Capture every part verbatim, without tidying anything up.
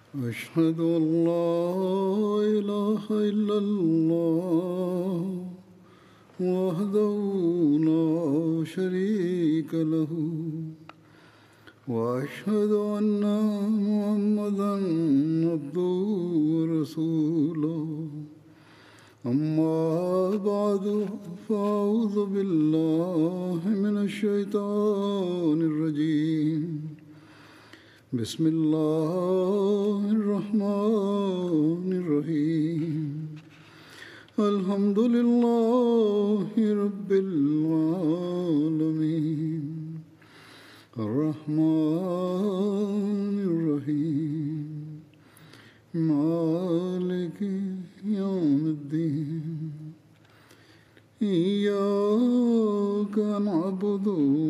أشهد أن لا إله إلا الله وحده لا شريك له وأشهد أن محمدا عبده ورسوله أما بعد فأعوذ بالله من الشيطان الرجيم بسم الله الرحمن الرحيم الحمد لله رب العالمين الرحمن الرحيم مالك يوم الدين إياك نعبد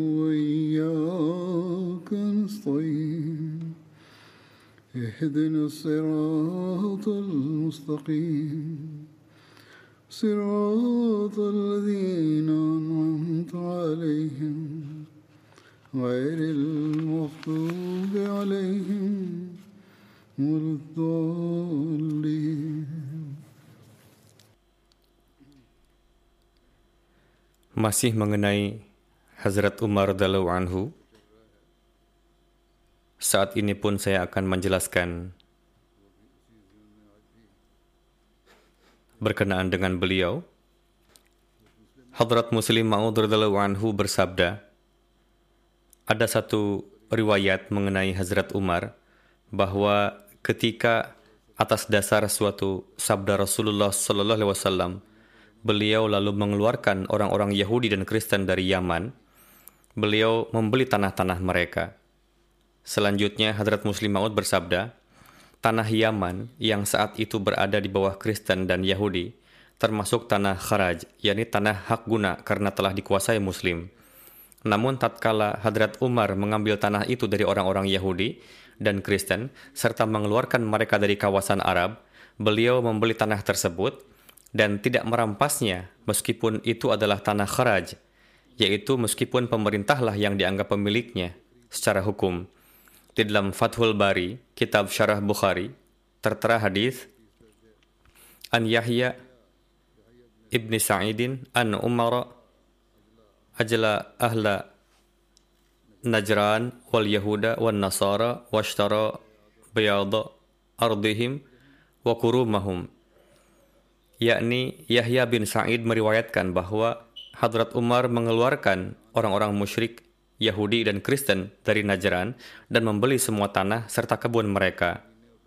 وإياك نستعين اهدنا الصراط المستقيم صراط الذين أنعمت عليهم غير المغضوب عليهم ولا الضالين. Masih mengenai Hazrat Umar radhiyallahu anhu, saat ini pun saya akan menjelaskan berkenaan dengan beliau. Hadrat Muslim Maud radhiyallahu anhu bersabda, ada satu riwayat mengenai Hazrat Umar bahwa ketika atas dasar suatu sabda Rasulullah sallallahu alaihi wasallam beliau lalu mengeluarkan orang-orang Yahudi dan Kristen dari Yaman, beliau membeli tanah-tanah mereka. Selanjutnya Hadrat Muslim Maud bersabda, tanah Yaman yang saat itu berada di bawah Kristen dan Yahudi termasuk tanah kharaj, yakni tanah hak guna karena telah dikuasai Muslim. Namun tatkala Hadrat Umar mengambil tanah itu dari orang-orang Yahudi dan Kristen serta mengeluarkan mereka dari kawasan Arab, beliau membeli tanah tersebut dan tidak merampasnya meskipun itu adalah tanah kharaj, yaitu meskipun pemerintahlah yang dianggap pemiliknya secara hukum. Di dalam Fathul Bari, kitab Syarah Bukhari, tertera hadis An Yahya ibni Sa'idin an Umar ajla ahla Najran wal Yahuda wal Nasara washtara bayada ardihim wa kurumahum. Yakni Yahya bin Sa'id meriwayatkan bahwa Hadrat Umar mengeluarkan orang-orang musyrik Yahudi dan Kristen dari Najran dan membeli semua tanah serta kebun mereka.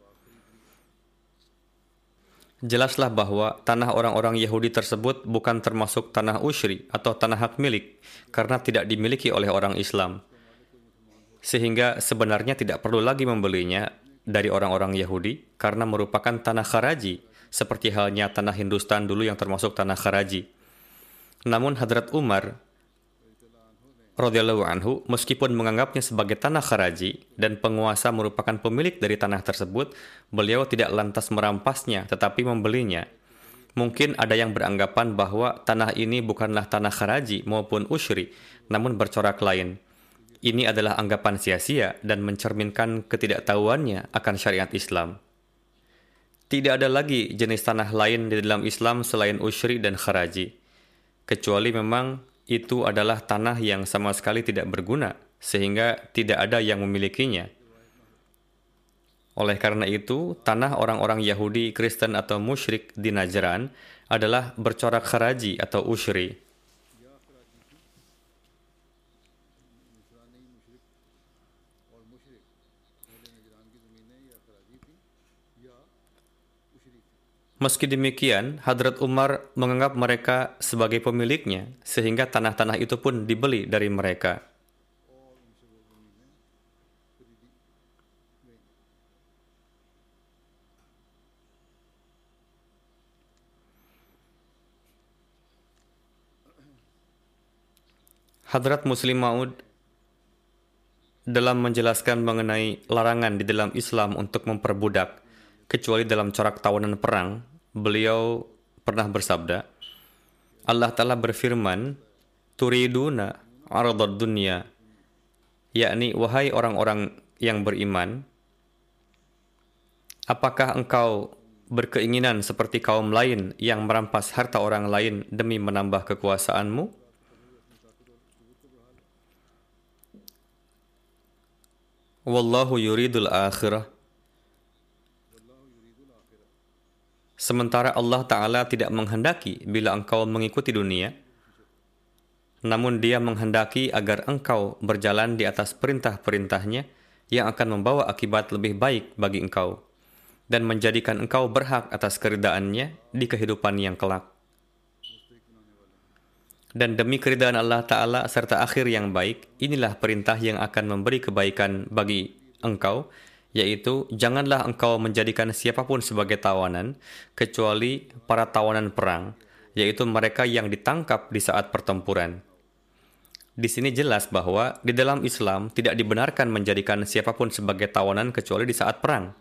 Jelaslah bahwa tanah orang-orang Yahudi tersebut bukan termasuk tanah usyri atau tanah hak milik karena tidak dimiliki oleh orang Islam. Sehingga sebenarnya tidak perlu lagi membelinya dari orang-orang Yahudi karena merupakan tanah kharaji, seperti halnya tanah Hindustan dulu yang termasuk tanah kharaji. Namun Hadrat Umar radhiyallahu anhu meskipun menganggapnya sebagai tanah kharaji dan penguasa merupakan pemilik dari tanah tersebut, beliau tidak lantas merampasnya tetapi membelinya. Mungkin ada yang beranggapan bahwa tanah ini bukanlah tanah kharaji maupun usyri, namun bercorak lain. Ini adalah anggapan sia-sia dan mencerminkan ketidaktahuannya akan syariat Islam. Tidak ada lagi jenis tanah lain di dalam Islam selain usyri dan kharaji, kecuali memang itu adalah tanah yang sama sekali tidak berguna, sehingga tidak ada yang memilikinya. Oleh karena itu, tanah orang-orang Yahudi, Kristen atau musyrik di Najran adalah bercorak kharaji atau usyri. Meski demikian, Hadrat Umar menganggap mereka sebagai pemiliknya, sehingga tanah-tanah itu pun dibeli dari mereka. Hadrat Muslim Maud dalam menjelaskan mengenai larangan di dalam Islam untuk memperbudak, kecuali dalam corak tawanan perang, beliau pernah bersabda, Allah Ta'ala berfirman, turiduna aradad dunya, yakni wahai orang-orang yang beriman, Apakah engkau berkeinginan seperti kaum lain yang merampas harta orang lain demi menambah kekuasaanmu? Wallahu yuridul akhirah. Sementara Allah Ta'ala tidak menghendaki bila engkau mengikuti dunia, namun Dia menghendaki agar engkau berjalan di atas perintah-perintahnya yang akan membawa akibat lebih baik bagi engkau dan menjadikan engkau berhak atas keridhaannya di kehidupan yang kelak. Dan demi keridhaan Allah Ta'ala serta akhir yang baik, inilah perintah yang akan memberi kebaikan bagi engkau, yaitu janganlah engkau menjadikan siapapun sebagai tawanan, kecuali para tawanan perang, yaitu mereka yang ditangkap di saat pertempuran. Di sini jelas bahwa di dalam Islam tidak dibenarkan menjadikan siapapun sebagai tawanan kecuali di saat perang.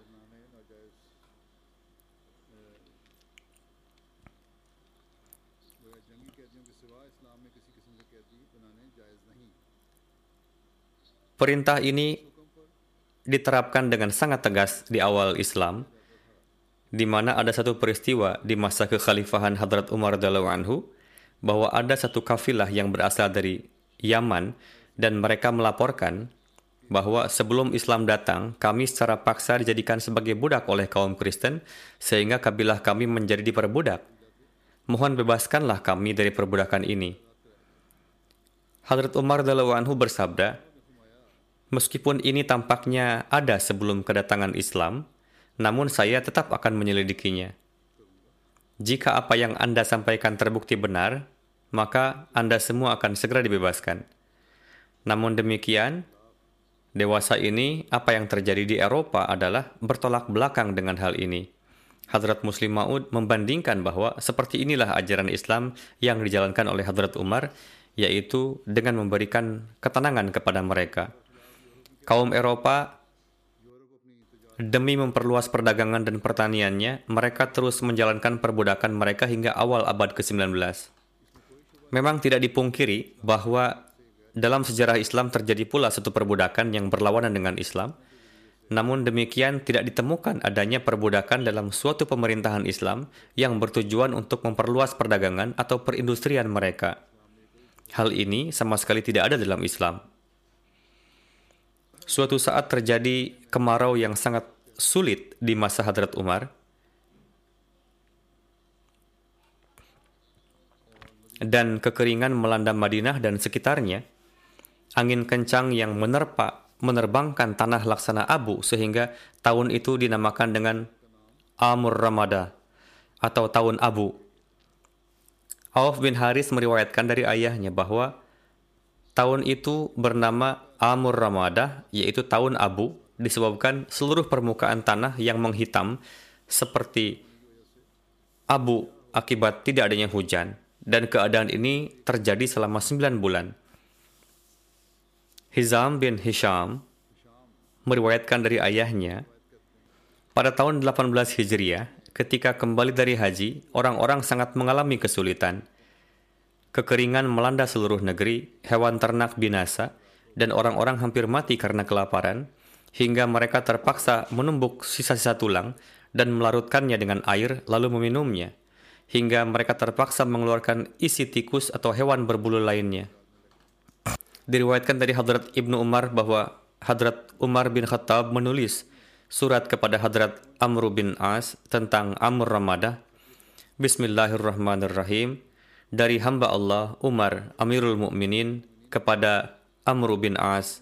Perintah ini diterapkan dengan sangat tegas di awal Islam, di mana ada satu peristiwa di masa kekhalifahan Hadrat Umar radhiyallahu anhu, bahwa ada satu kafilah yang berasal dari Yaman dan mereka melaporkan bahwa sebelum Islam datang, kami secara paksa dijadikan sebagai budak oleh kaum Kristen sehingga kabilah kami menjadi diperbudak. Mohon bebaskanlah kami dari perbudakan ini. Hadrat Umar radhiyallahu anhu bersabda, meskipun ini tampaknya ada sebelum kedatangan Islam, namun saya tetap akan menyelidikinya. Jika apa yang Anda sampaikan terbukti benar, maka Anda semua akan segera dibebaskan. Namun demikian, dewasa ini apa yang terjadi di Eropa adalah bertolak belakang dengan hal ini. Hadrat Muslim Maud membandingkan bahwa seperti inilah ajaran Islam yang dijalankan oleh Hadrat Umar, yaitu dengan memberikan ketenangan kepada mereka. Kaum Eropa, demi memperluas perdagangan dan pertaniannya, mereka terus menjalankan perbudakan mereka hingga awal abad kesembilan belas. Memang tidak dipungkiri bahwa dalam sejarah Islam terjadi pula satu perbudakan yang berlawanan dengan Islam. Namun demikian tidak ditemukan adanya perbudakan dalam suatu pemerintahan Islam yang bertujuan untuk memperluas perdagangan atau perindustrian mereka. Hal ini sama sekali tidak ada dalam Islam. Suatu saat terjadi kemarau yang sangat sulit di masa Hadrat Umar. Dan kekeringan melanda Madinah dan sekitarnya. Angin kencang yang menerpa, menerbangkan tanah laksana abu sehingga tahun itu dinamakan dengan Amur Ramada atau tahun abu. Auf bin Haris meriwayatkan dari ayahnya bahwa tahun itu bernama Amur Ramada, yaitu tahun abu, disebabkan seluruh permukaan tanah yang menghitam seperti abu akibat tidak adanya hujan. Dan keadaan ini terjadi selama sembilan bulan. Hizam bin Hisham meriwayatkan dari ayahnya, pada tahun delapan belas Hijriah, ketika kembali dari haji, orang-orang sangat mengalami kesulitan. Kekeringan melanda seluruh negeri, hewan ternak binasa, dan orang-orang hampir mati karena kelaparan, hingga mereka terpaksa menumbuk sisa-sisa tulang dan melarutkannya dengan air lalu meminumnya, hingga mereka terpaksa mengeluarkan isi tikus atau hewan berbulu lainnya. Diriwayatkan dari Hadrat Ibnu Umar bahwa Hadrat Umar bin Khattab menulis surat kepada Hadrat Amr bin As tentang Amur Ramadah. Bismillahirrahmanirrahim. Dari hamba Allah Umar Amirul Mukminin kepada Amr bin As.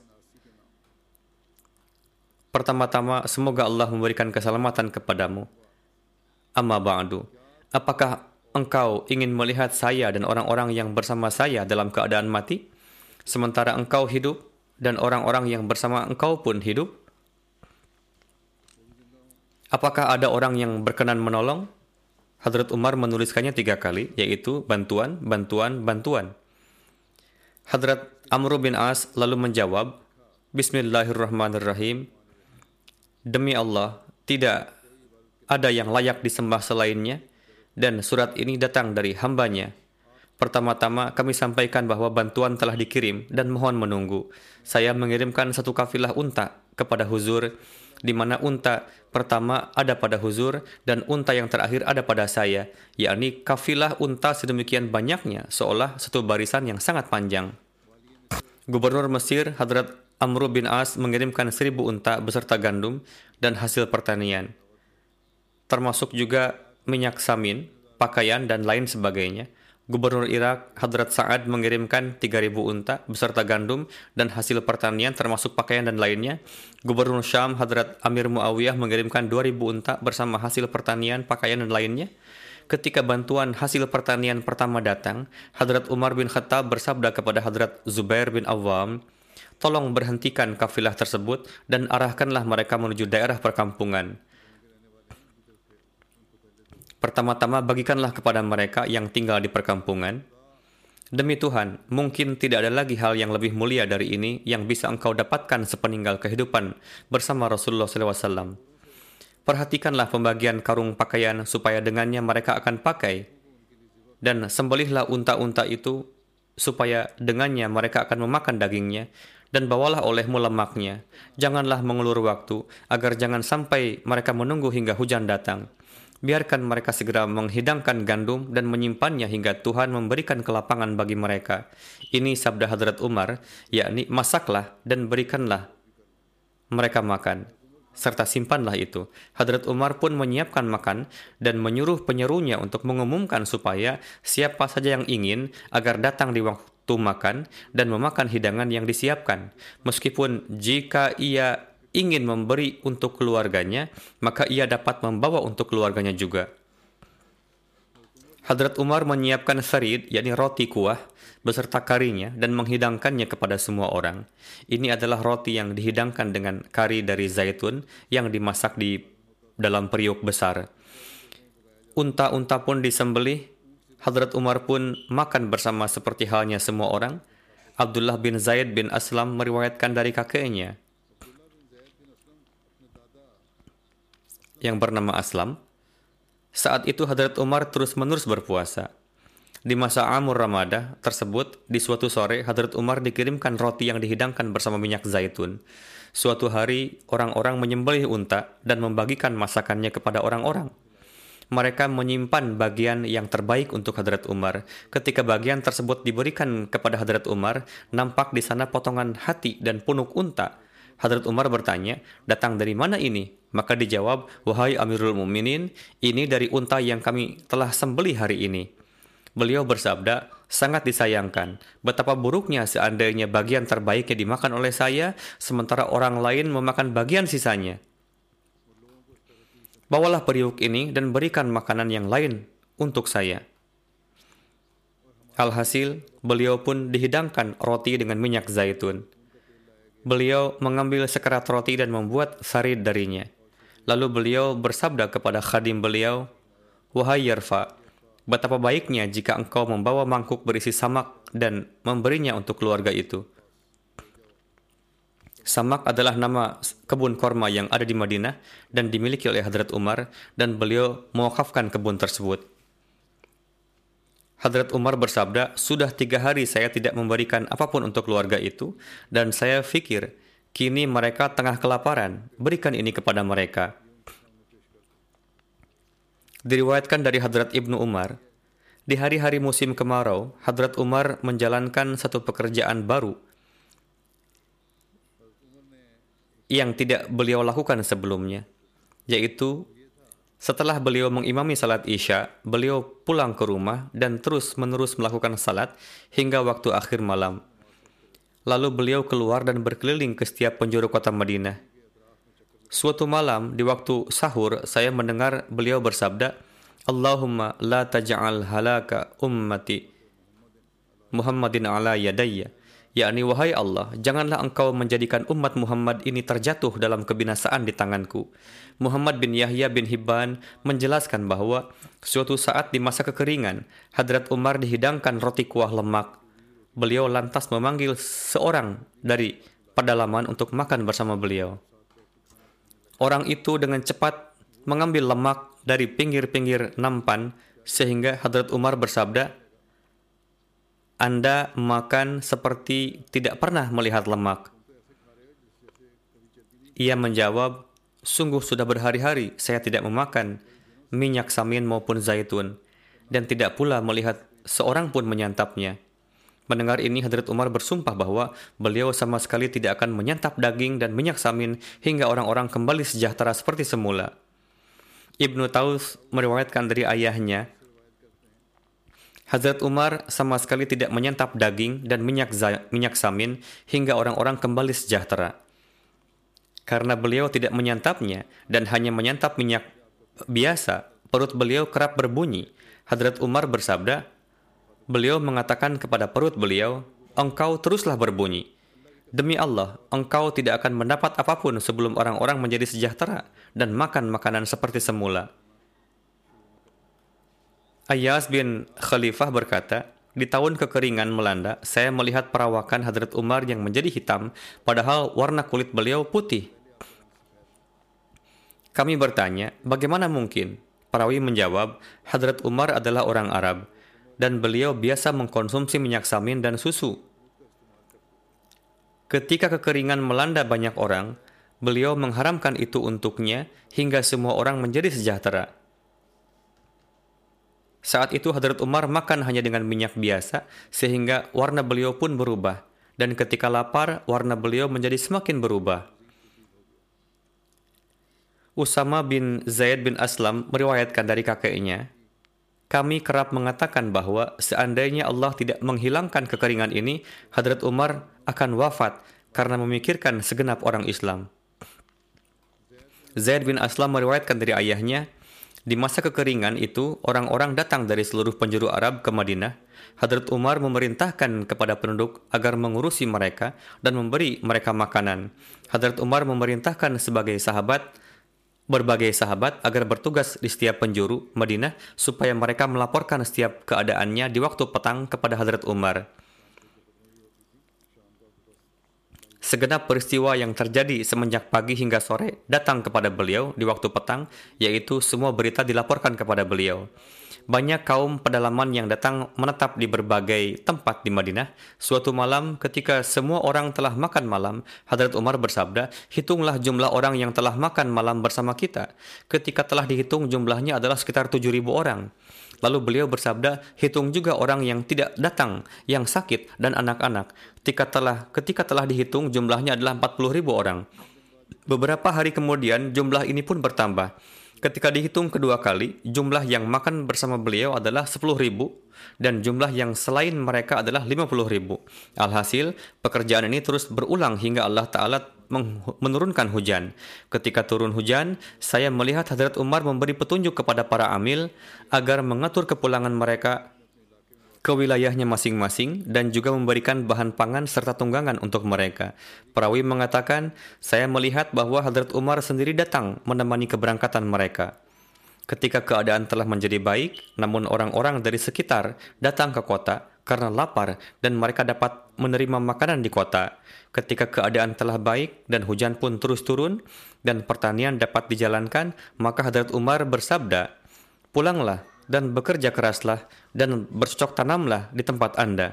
Pertama-tama, semoga Allah memberikan keselamatan kepadamu. Amma ba'du. Apakah engkau ingin melihat saya dan orang-orang yang bersama saya dalam keadaan mati, sementara engkau hidup dan orang-orang yang bersama engkau pun hidup? Apakah ada orang yang berkenan menolong? Hadrat Umar menuliskannya tiga kali, yaitu bantuan, bantuan, bantuan. Hadrat Amr bin As lalu menjawab, Bismillahirrahmanirrahim. Demi Allah, tidak ada yang layak disembah selainnya, dan surat ini datang dari hambanya. Pertama-tama kami sampaikan bahwa bantuan telah dikirim dan mohon menunggu. Saya mengirimkan satu kafilah unta kepada huzur, di mana unta pertama ada pada huzur dan unta yang terakhir ada pada saya, yakni kafilah unta sedemikian banyaknya seolah satu barisan yang sangat panjang. Gubernur Mesir Hadrat Amr bin As mengirimkan seribu unta beserta gandum dan hasil pertanian, termasuk juga minyak samin, pakaian, dan lain sebagainya. Gubernur Irak Hadrat Sa'ad mengirimkan tiga ribu unta beserta gandum dan hasil pertanian termasuk pakaian dan lainnya. Gubernur Syam Hadrat Amir Muawiyah mengirimkan dua ribu unta bersama hasil pertanian, pakaian, dan lainnya. Ketika bantuan hasil pertanian pertama datang, Hadrat Umar bin Khattab bersabda kepada Hadrat Zubair bin Awam, "Tolong berhentikan kafilah tersebut dan arahkanlah mereka menuju daerah perkampungan. Pertama-tama bagikanlah kepada mereka yang tinggal di perkampungan. Demi Tuhan, mungkin tidak ada lagi hal yang lebih mulia dari ini yang bisa engkau dapatkan sepeninggal kehidupan bersama Rasulullah shallallahu alaihi wasallam. Perhatikanlah pembagian karung pakaian supaya dengannya mereka akan pakai, dan sembelihlah unta-unta itu supaya dengannya mereka akan memakan dagingnya, dan bawalah olehmu lemaknya. Janganlah mengulur waktu agar jangan sampai mereka menunggu hingga hujan datang. Biarkan mereka segera menghidangkan gandum dan menyimpannya hingga Tuhan memberikan kelapangan bagi mereka." Ini sabda Hadrat Umar, yakni masaklah dan berikanlah mereka makan, serta simpanlah itu. Hadrat Umar pun menyiapkan makan dan menyuruh penyerunya untuk mengumumkan supaya siapa saja yang ingin agar datang di waktu makan dan memakan hidangan yang disiapkan. Meskipun jika ia ingin memberi untuk keluarganya, maka ia dapat membawa untuk keluarganya juga. Hadrat Umar menyiapkan sarid, yakni roti kuah, beserta karinya dan menghidangkannya kepada semua orang. Ini adalah roti yang dihidangkan dengan kari dari zaitun yang dimasak di dalam periuk besar. Unta-unta pun disembelih. Hadrat Umar pun makan bersama seperti halnya semua orang. Abdullah bin Zaid bin Aslam meriwayatkan dari kakeknya yang bernama Aslam. Saat itu Hadrat Umar terus-menerus berpuasa. Di masa Amur Ramadah tersebut, di suatu sore Hadrat Umar dikirimkan roti yang dihidangkan bersama minyak zaitun. Suatu hari, orang-orang menyembelih unta dan membagikan masakannya kepada orang-orang. Mereka menyimpan bagian yang terbaik untuk Hadrat Umar. Ketika bagian tersebut diberikan kepada Hadrat Umar, nampak di sana potongan hati dan punuk unta. Hadrat Umar bertanya, "Datang dari mana ini?" Maka dijawab, "Wahai Amirul Mukminin, ini dari unta yang kami telah sembelih hari ini." Beliau bersabda, "Sangat disayangkan. Betapa buruknya seandainya bagian terbaiknya dimakan oleh saya, sementara orang lain memakan bagian sisanya. Bawalah periuk ini dan berikan makanan yang lain untuk saya." Alhasil, beliau pun dihidangkan roti dengan minyak zaitun. Beliau mengambil sekerat roti dan membuat sarid darinya. Lalu beliau bersabda kepada khadim beliau, "Wahai Yarfa, betapa baiknya jika engkau membawa mangkuk berisi samak dan memberinya untuk keluarga itu." Samak adalah nama kebun korma yang ada di Madinah dan dimiliki oleh Hadrat Umar, dan beliau mewakafkan kebun tersebut. Hadrat Umar bersabda, "Sudah tiga hari saya tidak memberikan apapun untuk keluarga itu, dan saya fikir, kini mereka tengah kelaparan, berikan ini kepada mereka." Diriwayatkan dari Hadrat Ibnu Umar, di hari-hari musim kemarau, Hadrat Umar menjalankan satu pekerjaan baru yang tidak beliau lakukan sebelumnya, yaitu setelah beliau mengimami salat Isya, beliau pulang ke rumah dan terus-menerus melakukan salat hingga waktu akhir malam. Lalu beliau keluar dan berkeliling ke setiap penjuru kota Madinah. Suatu malam, di waktu sahur, saya mendengar beliau bersabda, "Allahumma la taj'al halaka ummati Muhammadin ala yadayya." Yakni, "Wahai Allah, janganlah engkau menjadikan umat Muhammad ini terjatuh dalam kebinasaan di tanganku." Muhammad bin Yahya bin Hibban menjelaskan bahwa suatu saat di masa kekeringan, Hadrat Umar dihidangkan roti kuah lemak. Beliau lantas memanggil seorang dari pedalaman untuk makan bersama beliau. Orang itu dengan cepat mengambil lemak dari pinggir-pinggir nampan sehingga Hadrat Umar bersabda, "Anda makan seperti tidak pernah melihat lemak." Ia menjawab, sungguh sudah berhari-hari saya tidak memakan minyak samin maupun zaitun, dan tidak pula melihat seorang pun menyantapnya. Mendengar ini, Hadrat Umar bersumpah bahwa beliau sama sekali tidak akan menyantap daging dan minyak samin hingga orang-orang kembali sejahtera seperti semula. Ibnu Taus meriwayatkan dari ayahnya, Hazrat Umar sama sekali tidak menyantap daging dan minyak za- minyak samin hingga orang-orang kembali sejahtera. Karena beliau tidak menyantapnya dan hanya menyantap minyak biasa, perut beliau kerap berbunyi. Hazrat Umar bersabda, beliau mengatakan kepada perut beliau, engkau teruslah berbunyi. Demi Allah, engkau tidak akan mendapat apapun sebelum orang-orang menjadi sejahtera dan makan makanan seperti semula. Ayyas bin Khalifah berkata, di tahun kekeringan melanda, saya melihat perawakan Hadrat Umar yang menjadi hitam, padahal warna kulit beliau putih. Kami bertanya, bagaimana mungkin? Perawi menjawab, Hadrat Umar adalah orang Arab, dan beliau biasa mengkonsumsi minyak samin dan susu. Ketika kekeringan melanda banyak orang, beliau mengharamkan itu untuknya hingga semua orang menjadi sejahtera. Saat itu Hadrat Umar makan hanya dengan minyak biasa, sehingga warna beliau pun berubah, dan ketika lapar, warna beliau menjadi semakin berubah. Usama bin Zaid bin Aslam meriwayatkan dari kakeknya, kami kerap mengatakan bahwa seandainya Allah tidak menghilangkan kekeringan ini, Hadrat Umar akan wafat karena memikirkan segenap orang Islam. Zaid bin Aslam meriwayatkan dari ayahnya, di masa kekeringan itu, orang-orang datang dari seluruh penjuru Arab ke Madinah. Hadrat Umar memerintahkan kepada penduduk agar mengurusi mereka dan memberi mereka makanan. Hadrat Umar memerintahkan sebagai sahabat, berbagai sahabat agar bertugas di setiap penjuru Madinah supaya mereka melaporkan setiap keadaannya di waktu petang kepada Hadrat Umar. Segenap peristiwa yang terjadi semenjak pagi hingga sore datang kepada beliau di waktu petang, yaitu semua berita dilaporkan kepada beliau. Banyak kaum pedalaman yang datang menetap di berbagai tempat di Madinah. Suatu malam ketika semua orang telah makan malam, Hadrat Umar bersabda, hitunglah jumlah orang yang telah makan malam bersama kita. Ketika telah dihitung jumlahnya adalah sekitar tujuh ribu orang. Lalu beliau bersabda, hitung juga orang yang tidak datang, yang sakit, dan anak-anak. Ketika telah, ketika telah dihitung, jumlahnya adalah empat puluh ribu orang. Beberapa hari kemudian, jumlah ini pun bertambah. Ketika dihitung kedua kali, jumlah yang makan bersama beliau adalah sepuluh ribu, dan jumlah yang selain mereka adalah lima puluh ribu. Alhasil, pekerjaan ini terus berulang hingga Allah Ta'ala menurunkan hujan. Ketika turun hujan, saya melihat Hadrat Umar memberi petunjuk kepada para amil agar mengatur kepulangan mereka ke wilayahnya masing-masing dan juga memberikan bahan pangan serta tunggangan untuk mereka. Perawi mengatakan, saya melihat bahwa Hadrat Umar sendiri datang menemani keberangkatan mereka. Ketika keadaan telah menjadi baik, namun orang-orang dari sekitar datang ke kota karena lapar dan mereka dapat menerima makanan di kota. Ketika keadaan telah baik dan hujan pun terus turun dan pertanian dapat dijalankan, maka Hadrat Umar bersabda, pulanglah dan bekerja keraslah dan bercocok tanamlah di tempat Anda.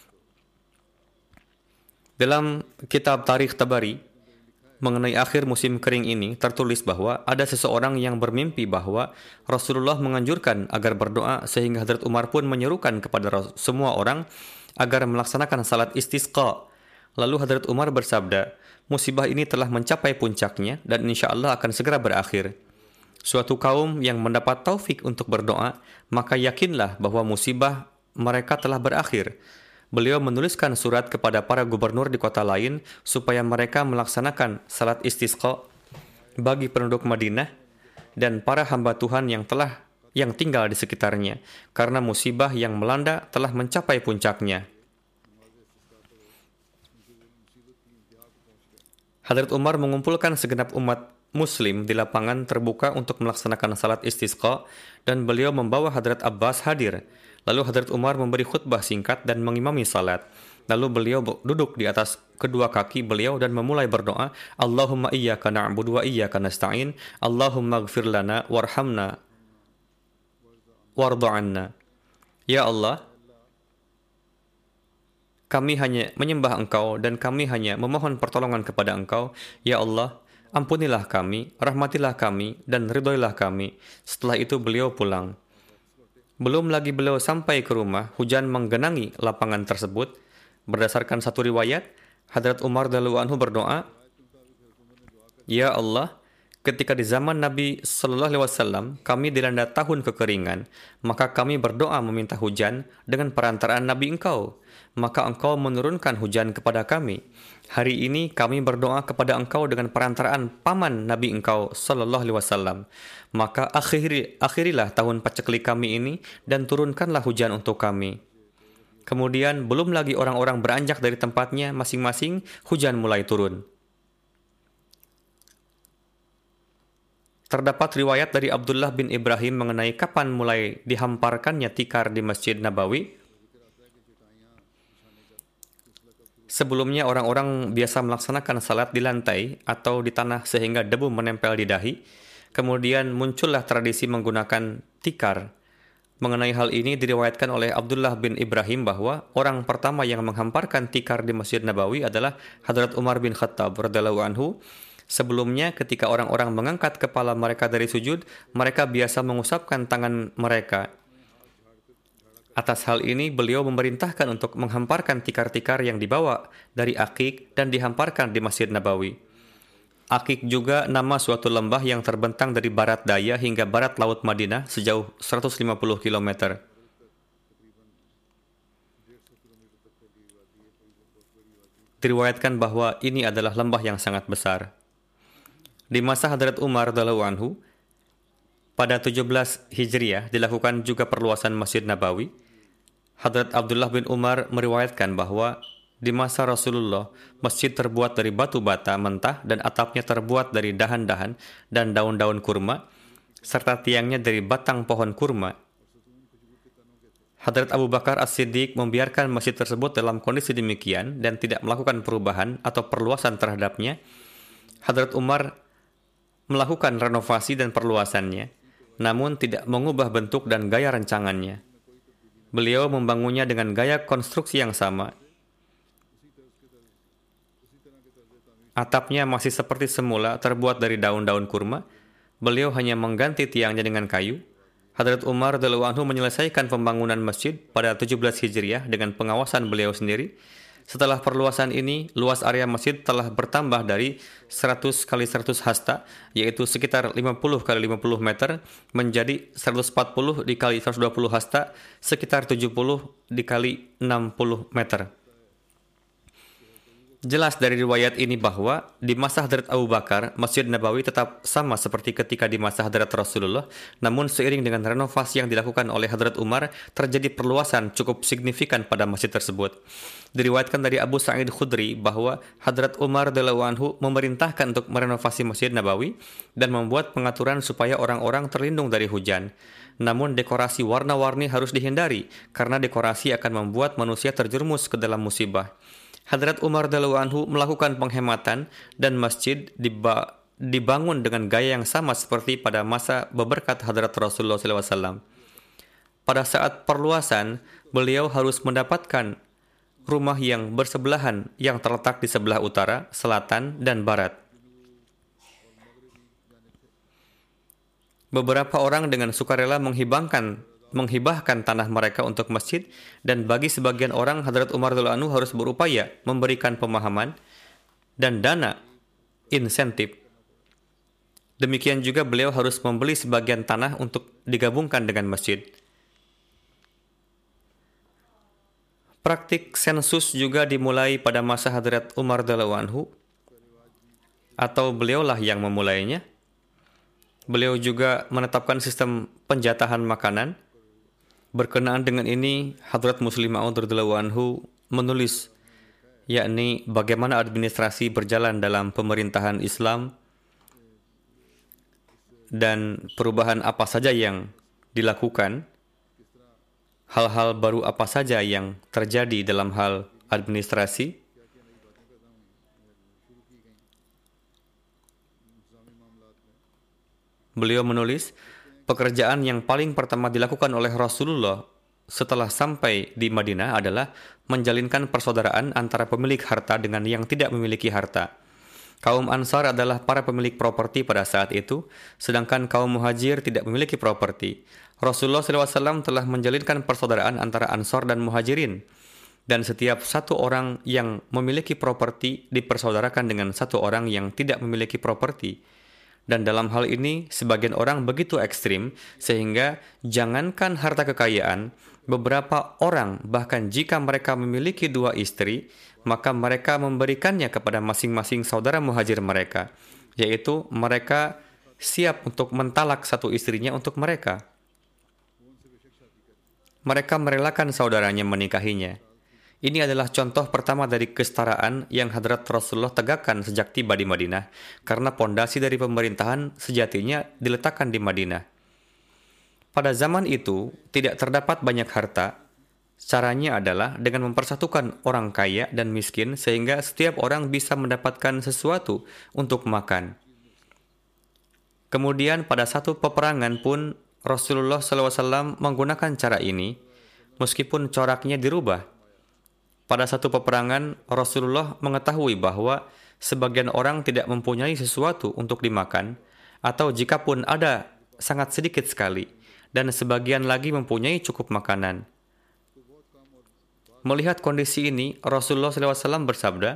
Dalam kitab Tarikh Tabari, mengenai akhir musim kering ini, tertulis bahwa ada seseorang yang bermimpi bahwa Rasulullah menganjurkan agar berdoa sehingga Hadrat Umar pun menyerukan kepada semua orang agar melaksanakan salat istisqa. Lalu Hadrat Umar bersabda, musibah ini telah mencapai puncaknya dan insya Allah akan segera berakhir. Suatu kaum yang mendapat taufik untuk berdoa, maka yakinlah bahwa musibah mereka telah berakhir. Beliau menuliskan surat kepada para gubernur di kota lain supaya mereka melaksanakan salat istisqa bagi penduduk Madinah dan para hamba Tuhan yang telah yang tinggal di sekitarnya, karena musibah yang melanda telah mencapai puncaknya. Hadrat Umar mengumpulkan segenap umat Muslim di lapangan terbuka untuk melaksanakan salat istisqa dan beliau membawa Hadrat Abbas hadir. Lalu Hadrat Umar memberi khutbah singkat dan mengimami salat. Lalu beliau duduk di atas kedua kaki beliau dan memulai berdoa, Allahumma iyyaka na'budu wa iyyaka nasta'in, Allahumma ighfir lana warhamna wardu anna. Ya Allah, kami hanya menyembah Engkau dan kami hanya memohon pertolongan kepada Engkau. Ya Allah, ampunilah kami, rahmatilah kami, dan ridhoilah kami. Setelah itu beliau pulang. Belum lagi beliau sampai ke rumah, hujan menggenangi lapangan tersebut. Berdasarkan satu riwayat, Hadrat Umar radhiyallahu anhu berdoa, "Ya Allah, ketika di zaman Nabi Sallallahu Alaihi Wasallam kami dilanda tahun kekeringan, maka kami berdoa meminta hujan dengan perantaraan Nabi Engkau. Maka Engkau menurunkan hujan kepada kami. Hari ini kami berdoa kepada Engkau dengan perantaraan paman Nabi Engkau Sallallahu Alaihi Wasallam. Maka akhiri, akhirilah tahun paceklik kami ini dan turunkanlah hujan untuk kami." Kemudian belum lagi orang-orang beranjak dari tempatnya masing-masing, hujan mulai turun. Terdapat riwayat dari Abdullah bin Ibrahim mengenai kapan mulai dihamparkannya tikar di Masjid Nabawi. Sebelumnya orang-orang biasa melaksanakan salat di lantai atau di tanah sehingga debu menempel di dahi. Kemudian muncullah tradisi menggunakan tikar. Mengenai hal ini diriwayatkan oleh Abdullah bin Ibrahim bahwa orang pertama yang menghamparkan tikar di Masjid Nabawi adalah Hadrat Umar bin Khattab radhiyallahu anhu. Sebelumnya, ketika orang-orang mengangkat kepala mereka dari sujud, mereka biasa mengusapkan tangan mereka. Atas hal ini, beliau memerintahkan untuk menghamparkan tikar-tikar yang dibawa dari Aqiq dan dihamparkan di Masjid Nabawi. Aqiq juga nama suatu lembah yang terbentang dari barat daya hingga barat laut Madinah sejauh seratus lima puluh kilometer. Diriwayatkan bahwa ini adalah lembah yang sangat besar. Di masa Hadrat Umar radhiyallahu anhu, pada tujuh belas Hijriah dilakukan juga perluasan Masjid Nabawi. Hadrat Abdullah bin Umar meriwayatkan bahwa di masa Rasulullah, masjid terbuat dari batu bata mentah dan atapnya terbuat dari dahan-dahan dan daun-daun kurma, serta tiangnya dari batang pohon kurma. Hadrat Abu Bakar As-Siddiq membiarkan masjid tersebut dalam kondisi demikian dan tidak melakukan perubahan atau perluasan terhadapnya. Hadrat Umar melakukan renovasi dan perluasannya, namun tidak mengubah bentuk dan gaya rancangannya. Beliau membangunnya dengan gaya konstruksi yang sama. Atapnya masih seperti semula terbuat dari daun-daun kurma. Beliau hanya mengganti tiangnya dengan kayu. Hadrat Umar radhiyallahu anhu menyelesaikan pembangunan masjid pada tujuh belas Hijriah dengan pengawasan beliau sendiri. Setelah perluasan ini, luas area masjid telah bertambah dari seratus kali seratus hasta, yaitu sekitar lima puluh kali lima puluh meter, menjadi seratus empat puluh dikali seratus dua puluh hasta, sekitar tujuh puluh dikali enam puluh meter. Jelas dari riwayat ini bahwa di masa Hadrat Abu Bakar, Masjid Nabawi tetap sama seperti ketika di masa Hadrat Rasulullah, namun seiring dengan renovasi yang dilakukan oleh Hadrat Umar, terjadi perluasan cukup signifikan pada masjid tersebut. Diriwayatkan dari Abu Sa'id Khudri bahwa Hadrat Umar radhiyallahu anhu memerintahkan untuk merenovasi Masjid Nabawi dan membuat pengaturan supaya orang-orang terlindung dari hujan. Namun dekorasi warna-warni harus dihindari karena dekorasi akan membuat manusia terjerumus ke dalam musibah. Hadrat Umar radhiyallahu anhu melakukan penghematan dan masjid diba- dibangun dengan gaya yang sama seperti pada masa beberkat Hadrat Rasulullah shallallahu alaihi wasallam. Pada saat perluasan, beliau harus mendapatkan rumah yang bersebelahan yang terletak di sebelah utara, selatan, dan barat. Beberapa orang dengan sukarela menghibahkan menghibahkan tanah mereka untuk masjid, dan bagi sebagian orang Hadrat Umar radhiyallahu anhu harus berupaya memberikan pemahaman dan dana insentif. Demikian juga beliau harus membeli sebagian tanah untuk digabungkan dengan masjid. Praktik sensus juga dimulai pada masa Hadrat Umar radhiyallahu anhu, atau beliaulah yang memulainya. Beliau juga menetapkan sistem penjatahan makanan. Berkenaan dengan ini, Hadrat Muslim Ma'ud radhiyallahu anhu menulis, yakni bagaimana administrasi berjalan dalam pemerintahan Islam dan perubahan apa saja yang dilakukan, hal-hal baru apa saja yang terjadi dalam hal administrasi. Beliau menulis, pekerjaan yang paling pertama dilakukan oleh Rasulullah setelah sampai di Madinah adalah menjalinkan persaudaraan antara pemilik harta dengan yang tidak memiliki harta. Kaum Ansar adalah para pemilik properti pada saat itu, sedangkan kaum Muhajir tidak memiliki properti. Rasulullah shallallahu alaihi wasallam telah menjalinkan persaudaraan antara Ansar dan Muhajirin, dan setiap satu orang yang memiliki properti dipersaudarakan dengan satu orang yang tidak memiliki properti. Dan dalam hal ini, sebagian orang begitu ekstrim, sehingga jangankan harta kekayaan, beberapa orang bahkan jika mereka memiliki dua istri, maka mereka memberikannya kepada masing-masing saudara muhajir mereka, yaitu mereka siap untuk mentalak satu istrinya untuk mereka. Mereka merelakan saudaranya menikahinya. Ini adalah contoh pertama dari kesetaraan yang Hadrat Rasulullah tegakkan sejak tiba di Madinah, karena pondasi dari pemerintahan sejatinya diletakkan di Madinah. Pada zaman itu, tidak terdapat banyak harta. Caranya adalah dengan mempersatukan orang kaya dan miskin sehingga setiap orang bisa mendapatkan sesuatu untuk makan. Kemudian pada satu peperangan pun Rasulullah shallallahu alaihi wasallam menggunakan cara ini, meskipun coraknya dirubah. Pada satu peperangan, Rasulullah mengetahui bahwa sebagian orang tidak mempunyai sesuatu untuk dimakan, atau jikapun ada sangat sedikit sekali, dan sebagian lagi mempunyai cukup makanan. Melihat kondisi ini, Rasulullah shallallahu alaihi wasallam bersabda,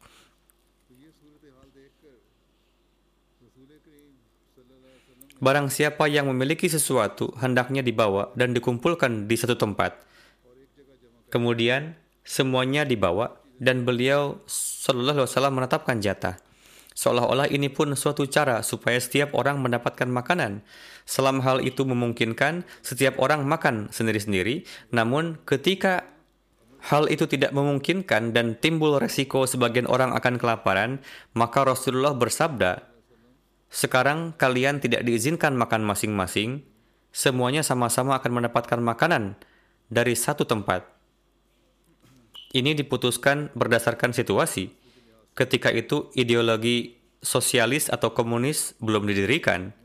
"Barang siapa yang memiliki sesuatu, hendaknya dibawa dan dikumpulkan di satu tempat." Kemudian, semuanya dibawa dan beliau sallallahu alaihi wasallam menetapkan jatah. Seolah-olah ini pun suatu cara supaya setiap orang mendapatkan makanan. Selama hal itu memungkinkan, setiap orang makan sendiri-sendiri. Namun ketika hal itu tidak memungkinkan dan timbul resiko sebagian orang akan kelaparan, maka Rasulullah bersabda, "Sekarang kalian tidak diizinkan makan masing-masing. Semuanya sama-sama akan mendapatkan makanan dari satu tempat." Ini diputuskan berdasarkan situasi. Ketika itu ideologi sosialis atau komunis belum didirikan.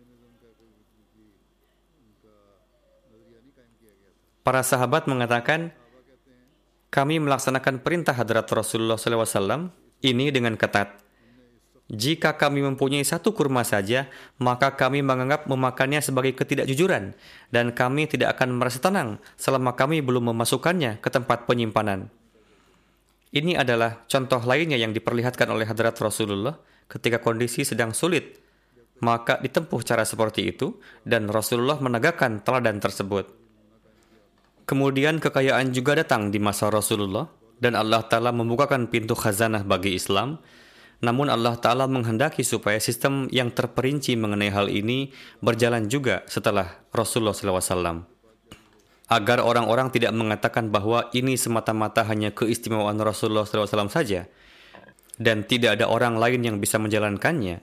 Para sahabat mengatakan, "Kami melaksanakan perintah Hadrat Rasulullah shallallahu alaihi wasallam ini dengan ketat. Jika kami mempunyai satu kurma saja, maka kami menganggap memakannya sebagai ketidakjujuran, dan kami tidak akan merasa tenang selama kami belum memasukkannya ke tempat penyimpanan." Ini adalah contoh lainnya yang diperlihatkan oleh Hadrat Rasulullah ketika kondisi sedang sulit. Maka ditempuh cara seperti itu dan Rasulullah menegakkan teladan tersebut. Kemudian kekayaan juga datang di masa Rasulullah dan Allah Ta'ala membukakan pintu khazanah bagi Islam. Namun Allah Ta'ala menghendaki supaya sistem yang terperinci mengenai hal ini berjalan juga setelah Rasulullah shallallahu alaihi wasallam. Agar orang-orang tidak mengatakan bahwa ini semata-mata hanya keistimewaan Rasulullah shallallahu alaihi wasallam saja, dan tidak ada orang lain yang bisa menjalankannya.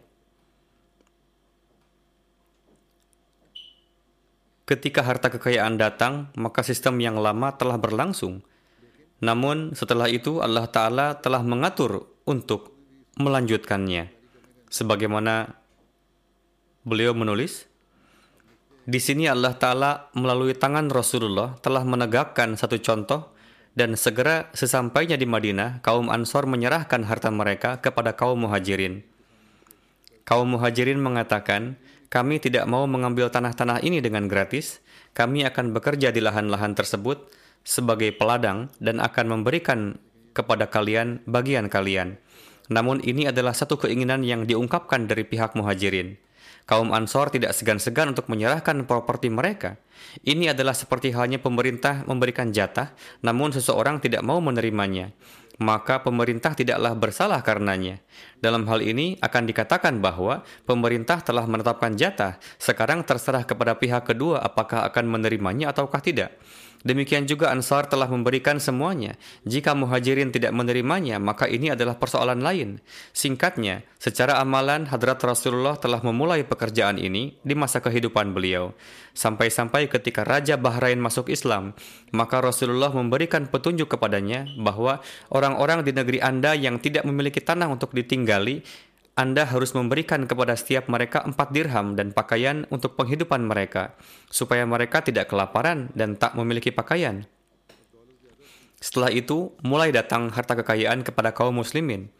Ketika harta kekayaan datang, maka sistem yang lama telah berlangsung. Namun setelah itu Allah Ta'ala telah mengatur untuk melanjutkannya. Sebagaimana beliau menulis, di sini Allah Ta'ala melalui tangan Rasulullah telah menegakkan satu contoh, dan segera sesampainya di Madinah, kaum Ansor menyerahkan harta mereka kepada kaum Muhajirin. Kaum Muhajirin mengatakan, "Kami tidak mau mengambil tanah-tanah ini dengan gratis. Kami akan bekerja di lahan-lahan tersebut sebagai peladang dan akan memberikan kepada kalian bagian kalian." Namun ini adalah satu keinginan yang diungkapkan dari pihak Muhajirin. Kaum Ansor tidak segan-segan untuk menyerahkan properti mereka. Ini adalah seperti halnya pemerintah memberikan jatah, namun seseorang tidak mau menerimanya. Maka pemerintah tidaklah bersalah karenanya. Dalam hal ini akan dikatakan bahwa pemerintah telah menetapkan jatah. Sekarang terserah kepada pihak kedua apakah akan menerimanya ataukah tidak. Demikian juga Ansar telah memberikan semuanya. Jika Muhajirin tidak menerimanya, maka ini adalah persoalan lain. Singkatnya, secara amalan Hadrat Rasulullah telah memulai pekerjaan ini di masa kehidupan beliau. Sampai-sampai ketika Raja Bahrain masuk Islam, maka Rasulullah memberikan petunjuk kepadanya bahwa orang-orang di negeri Anda yang tidak memiliki tanah untuk ditinggali, Anda harus memberikan kepada setiap mereka empat dirham dan pakaian untuk penghidupan mereka, supaya mereka tidak kelaparan dan tak memiliki pakaian. Setelah itu, mulai datang harta kekayaan kepada kaum muslimin.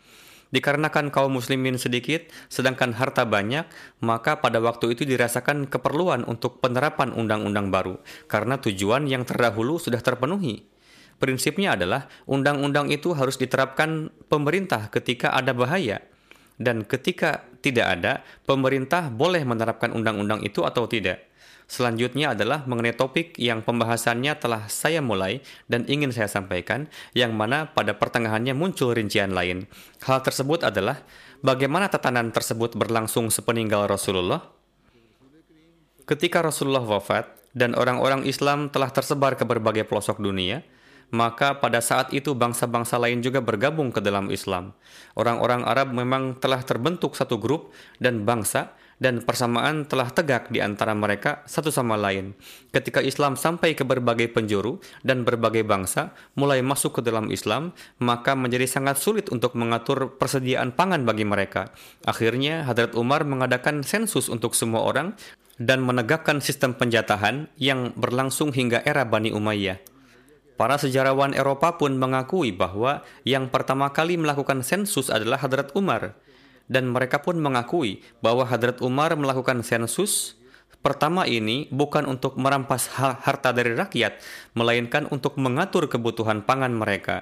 Dikarenakan kaum muslimin sedikit, sedangkan harta banyak, maka pada waktu itu dirasakan keperluan untuk penerapan undang-undang baru, karena tujuan yang terdahulu sudah terpenuhi. Prinsipnya adalah undang-undang itu harus diterapkan pemerintah ketika ada bahaya, dan ketika tidak ada, pemerintah boleh menerapkan undang-undang itu atau tidak. Selanjutnya adalah mengenai topik yang pembahasannya telah saya mulai dan ingin saya sampaikan, yang mana pada pertengahannya muncul rincian lain. Hal tersebut adalah bagaimana tatanan tersebut berlangsung sepeninggal Rasulullah. Ketika Rasulullah wafat dan orang-orang Islam telah tersebar ke berbagai pelosok dunia, maka pada saat itu bangsa-bangsa lain juga bergabung ke dalam Islam. Orang-orang Arab memang telah terbentuk satu grup dan bangsa, dan persamaan telah tegak di antara mereka satu sama lain. Ketika Islam sampai ke berbagai penjuru dan berbagai bangsa mulai masuk ke dalam Islam, maka menjadi sangat sulit untuk mengatur persediaan pangan bagi mereka. Akhirnya Hadrat Umar mengadakan sensus untuk semua orang dan menegakkan sistem penjatahan yang berlangsung hingga era Bani Umayyah. Para sejarawan Eropa pun mengakui bahwa yang pertama kali melakukan sensus adalah Hadrat Umar. Dan mereka pun mengakui bahwa Hadrat Umar melakukan sensus pertama ini bukan untuk merampas harta dari rakyat, melainkan untuk mengatur kebutuhan pangan mereka.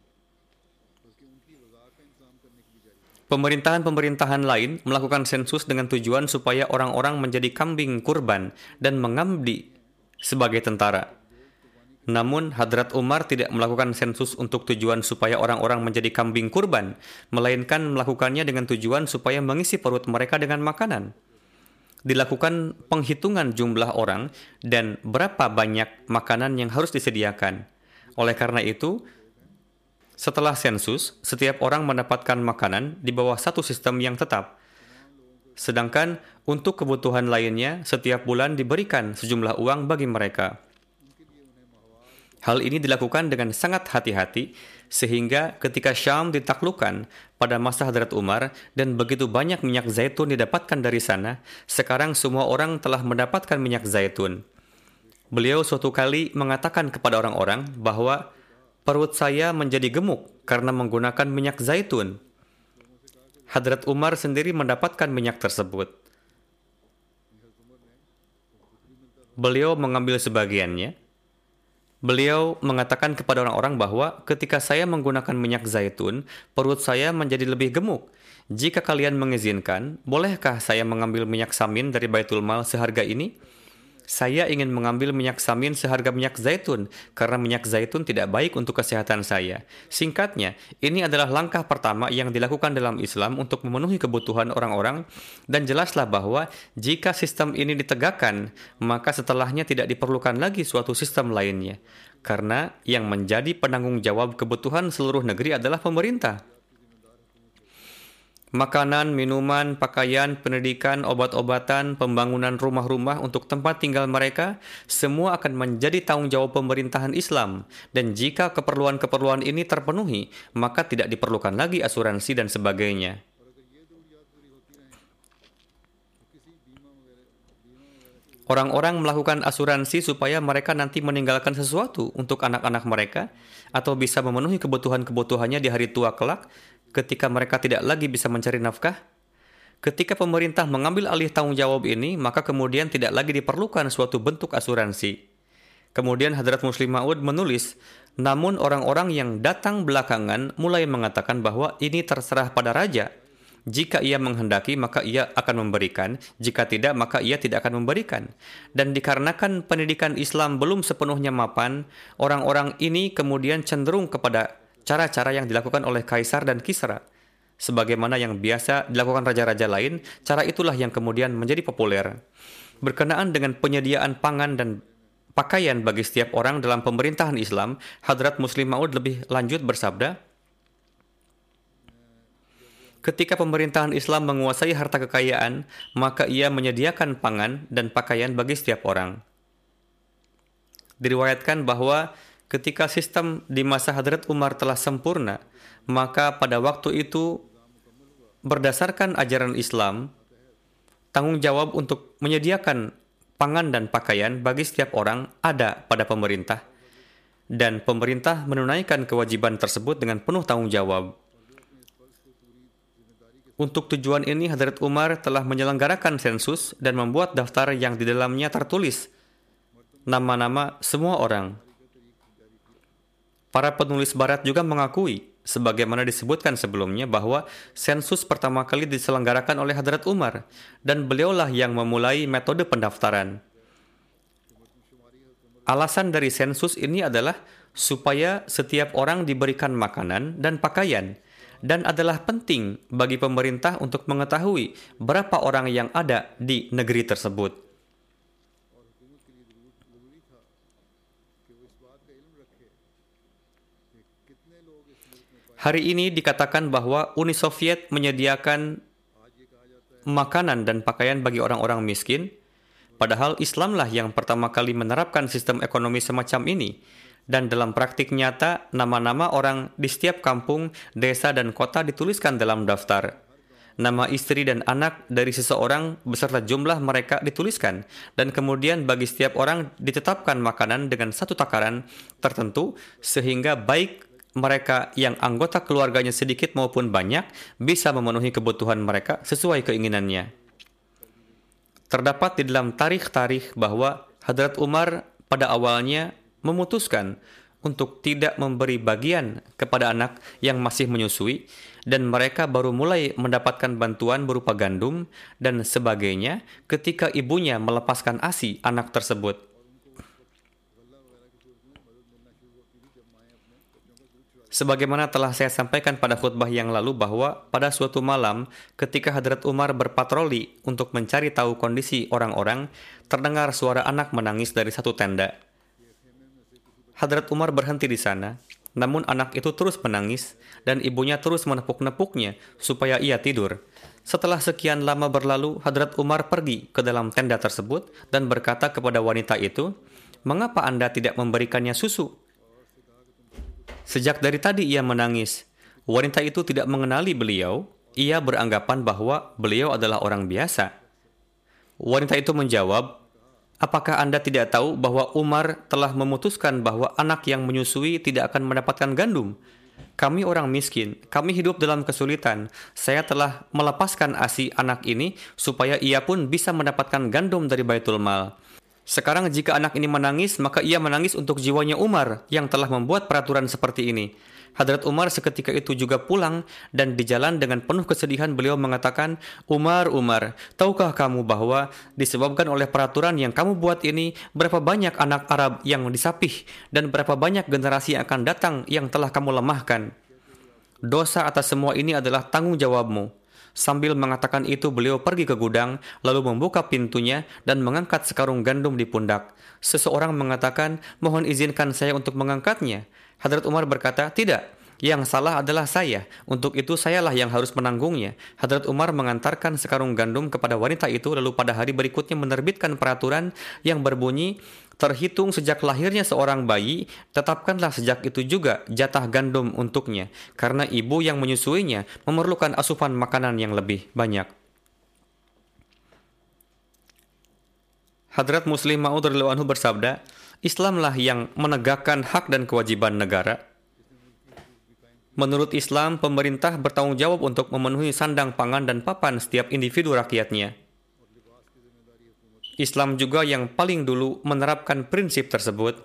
Pemerintahan-pemerintahan lain melakukan sensus dengan tujuan supaya orang-orang menjadi kambing kurban dan mengabdi sebagai tentara. Namun, Hadrat Umar tidak melakukan sensus untuk tujuan supaya orang-orang menjadi kambing kurban, melainkan melakukannya dengan tujuan supaya mengisi perut mereka dengan makanan. Dilakukan penghitungan jumlah orang dan berapa banyak makanan yang harus disediakan. Oleh karena itu, setelah sensus, setiap orang mendapatkan makanan di bawah satu sistem yang tetap. Sedangkan untuk kebutuhan lainnya, setiap bulan diberikan sejumlah uang bagi mereka. Hal ini dilakukan dengan sangat hati-hati, sehingga ketika Syam ditaklukkan pada masa Hadrat Umar dan begitu banyak minyak zaitun didapatkan dari sana, sekarang semua orang telah mendapatkan minyak zaitun. Beliau suatu kali mengatakan kepada orang-orang bahwa perut saya menjadi gemuk karena menggunakan minyak zaitun. Hadrat Umar sendiri mendapatkan minyak tersebut. Beliau mengambil sebagiannya. Beliau mengatakan kepada orang-orang bahwa ketika saya menggunakan minyak zaitun, perut saya menjadi lebih gemuk. Jika kalian mengizinkan, bolehkah saya mengambil minyak samin dari Baitul Mal seharga ini? Saya ingin mengambil minyak samin seharga minyak zaitun, karena minyak zaitun tidak baik untuk kesehatan saya. Singkatnya, ini adalah langkah pertama yang dilakukan dalam Islam untuk memenuhi kebutuhan orang-orang, dan jelaslah bahwa jika sistem ini ditegakkan, maka setelahnya tidak diperlukan lagi suatu sistem lainnya. Karena yang menjadi penanggung jawab kebutuhan seluruh negeri adalah pemerintah. Makanan, minuman, pakaian, pendidikan, obat-obatan, pembangunan rumah-rumah untuk tempat tinggal mereka, semua akan menjadi tanggung jawab pemerintahan Islam. Dan jika keperluan-keperluan ini terpenuhi, maka tidak diperlukan lagi asuransi dan sebagainya. Orang-orang melakukan asuransi supaya mereka nanti meninggalkan sesuatu untuk anak-anak mereka, atau bisa memenuhi kebutuhan-kebutuhannya di hari tua kelak, ketika mereka tidak lagi bisa mencari nafkah. Ketika pemerintah mengambil alih tanggung jawab ini, maka kemudian tidak lagi diperlukan suatu bentuk asuransi. Kemudian Hadrat Muslim Maud menulis, namun orang-orang yang datang belakangan mulai mengatakan bahwa ini terserah pada raja. Jika ia menghendaki, maka ia akan memberikan. Jika tidak, maka ia tidak akan memberikan. Dan dikarenakan pendidikan Islam belum sepenuhnya mapan, orang-orang ini kemudian cenderung kepada cara-cara yang dilakukan oleh Kaisar dan Kisra. Sebagaimana yang biasa dilakukan raja-raja lain, cara itulah yang kemudian menjadi populer. Berkenaan dengan penyediaan pangan dan pakaian bagi setiap orang dalam pemerintahan Islam, Hadrat Muslim Maud lebih lanjut bersabda, ketika pemerintahan Islam menguasai harta kekayaan, maka ia menyediakan pangan dan pakaian bagi setiap orang. Diriwayatkan bahwa ketika sistem di masa Hadrat Umar telah sempurna, maka pada waktu itu berdasarkan ajaran Islam, tanggung jawab untuk menyediakan pangan dan pakaian bagi setiap orang ada pada pemerintah. Dan pemerintah menunaikan kewajiban tersebut dengan penuh tanggung jawab. Untuk tujuan ini, Hadrat Umar telah menyelenggarakan sensus dan membuat daftar yang di dalamnya tertulis nama-nama semua orang. Para penulis barat juga mengakui, sebagaimana disebutkan sebelumnya, bahwa sensus pertama kali diselenggarakan oleh Hadrat Umar, dan beliaulah yang memulai metode pendaftaran. Alasan dari sensus ini adalah supaya setiap orang diberikan makanan dan pakaian, dan adalah penting bagi pemerintah untuk mengetahui berapa orang yang ada di negeri tersebut. Hari ini dikatakan bahwa Uni Soviet menyediakan makanan dan pakaian bagi orang-orang miskin, padahal Islamlah yang pertama kali menerapkan sistem ekonomi semacam ini. Dan dalam praktik nyata, nama-nama orang di setiap kampung, desa, dan kota dituliskan dalam daftar. Nama istri dan anak dari seseorang beserta jumlah mereka dituliskan, dan kemudian bagi setiap orang ditetapkan makanan dengan satu takaran tertentu, sehingga baik mereka yang anggota keluarganya sedikit maupun banyak bisa memenuhi kebutuhan mereka sesuai keinginannya. Terdapat di dalam tarikh-tarikh bahwa Hadrat Umar pada awalnya memutuskan untuk tidak memberi bagian kepada anak yang masih menyusui, dan mereka baru mulai mendapatkan bantuan berupa gandum dan sebagainya ketika ibunya melepaskan ASI anak tersebut. Sebagaimana telah saya sampaikan pada khutbah yang lalu bahwa pada suatu malam ketika Hadrat Umar berpatroli untuk mencari tahu kondisi orang-orang, terdengar suara anak menangis dari satu tenda. Hadrat Umar berhenti di sana, namun anak itu terus menangis dan ibunya terus menepuk-nepuknya supaya ia tidur. Setelah sekian lama berlalu, Hadrat Umar pergi ke dalam tenda tersebut dan berkata kepada wanita itu, "Mengapa Anda tidak memberikannya susu? Sejak dari tadi ia menangis." Wanita itu tidak mengenali beliau, ia beranggapan bahwa beliau adalah orang biasa. Wanita itu menjawab, "Apakah Anda tidak tahu bahwa Umar telah memutuskan bahwa anak yang menyusui tidak akan mendapatkan gandum? Kami orang miskin, kami hidup dalam kesulitan. Saya telah melepaskan ASI anak ini supaya ia pun bisa mendapatkan gandum dari Baitul Mal. Sekarang jika anak ini menangis, maka ia menangis untuk jiwanya Umar yang telah membuat peraturan seperti ini." Hadrat Umar seketika itu juga pulang, dan di jalan dengan penuh kesedihan beliau mengatakan, "Umar, Umar, tahukah kamu bahwa disebabkan oleh peraturan yang kamu buat ini, berapa banyak anak Arab yang disapih dan berapa banyak generasi yang akan datang yang telah kamu lemahkan? Dosa atas semua ini adalah tanggung jawabmu." Sambil mengatakan itu, beliau pergi ke gudang, lalu membuka pintunya dan mengangkat sekarung gandum di pundak. Seseorang mengatakan, "Mohon izinkan saya untuk mengangkatnya." Hadrat Umar berkata, "Tidak, yang salah adalah saya. Untuk itu sayalah yang harus menanggungnya." Hadrat Umar mengantarkan sekarung gandum kepada wanita itu, lalu pada hari berikutnya menerbitkan peraturan yang berbunyi, "Terhitung sejak lahirnya seorang bayi, tetapkanlah sejak itu juga jatah gandum untuknya, karena ibu yang menyusuinya memerlukan asupan makanan yang lebih banyak." Hadrat Muslim Maud radhiyallahu anhu bersabda, "Islamlah yang menegakkan hak dan kewajiban negara. Menurut Islam, pemerintah bertanggung jawab untuk memenuhi sandang pangan dan papan setiap individu rakyatnya. Islam juga yang paling dulu menerapkan prinsip tersebut.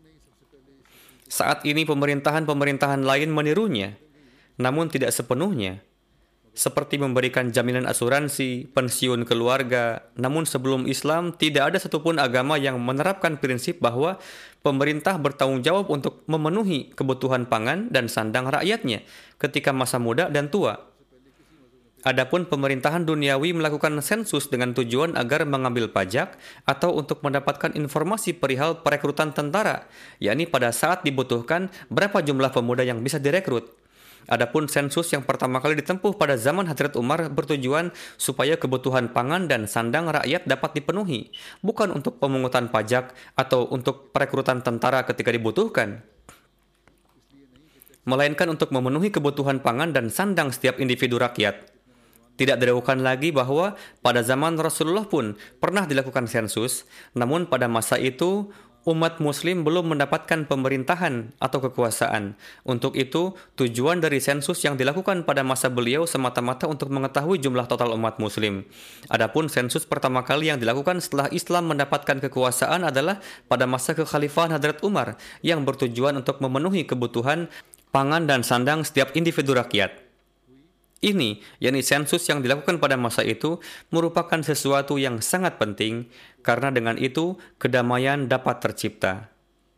Saat ini pemerintahan-pemerintahan lain menirunya, namun tidak sepenuhnya, seperti memberikan jaminan asuransi, pensiun keluarga. Namun sebelum Islam, tidak ada satupun agama yang menerapkan prinsip bahwa pemerintah bertanggung jawab untuk memenuhi kebutuhan pangan dan sandang rakyatnya ketika masa muda dan tua. Adapun pemerintahan duniawi melakukan sensus dengan tujuan agar mengambil pajak atau untuk mendapatkan informasi perihal perekrutan tentara, yakni pada saat dibutuhkan berapa jumlah pemuda yang bisa direkrut. Adapun sensus yang pertama kali ditempuh pada zaman Hadrat Umar bertujuan supaya kebutuhan pangan dan sandang rakyat dapat dipenuhi, bukan untuk pemungutan pajak atau untuk perekrutan tentara ketika dibutuhkan, melainkan untuk memenuhi kebutuhan pangan dan sandang setiap individu rakyat. Tidak diragukan lagi bahwa pada zaman Rasulullah pun pernah dilakukan sensus, namun pada masa itu umat muslim belum mendapatkan pemerintahan atau kekuasaan. Untuk itu, tujuan dari sensus yang dilakukan pada masa beliau semata-mata untuk mengetahui jumlah total umat muslim. Adapun sensus pertama kali yang dilakukan setelah Islam mendapatkan kekuasaan adalah pada masa kekhalifahan Hadrat Umar yang bertujuan untuk memenuhi kebutuhan pangan dan sandang setiap individu rakyat. Ini, yakni sensus yang dilakukan pada masa itu, merupakan sesuatu yang sangat penting karena dengan itu kedamaian dapat tercipta.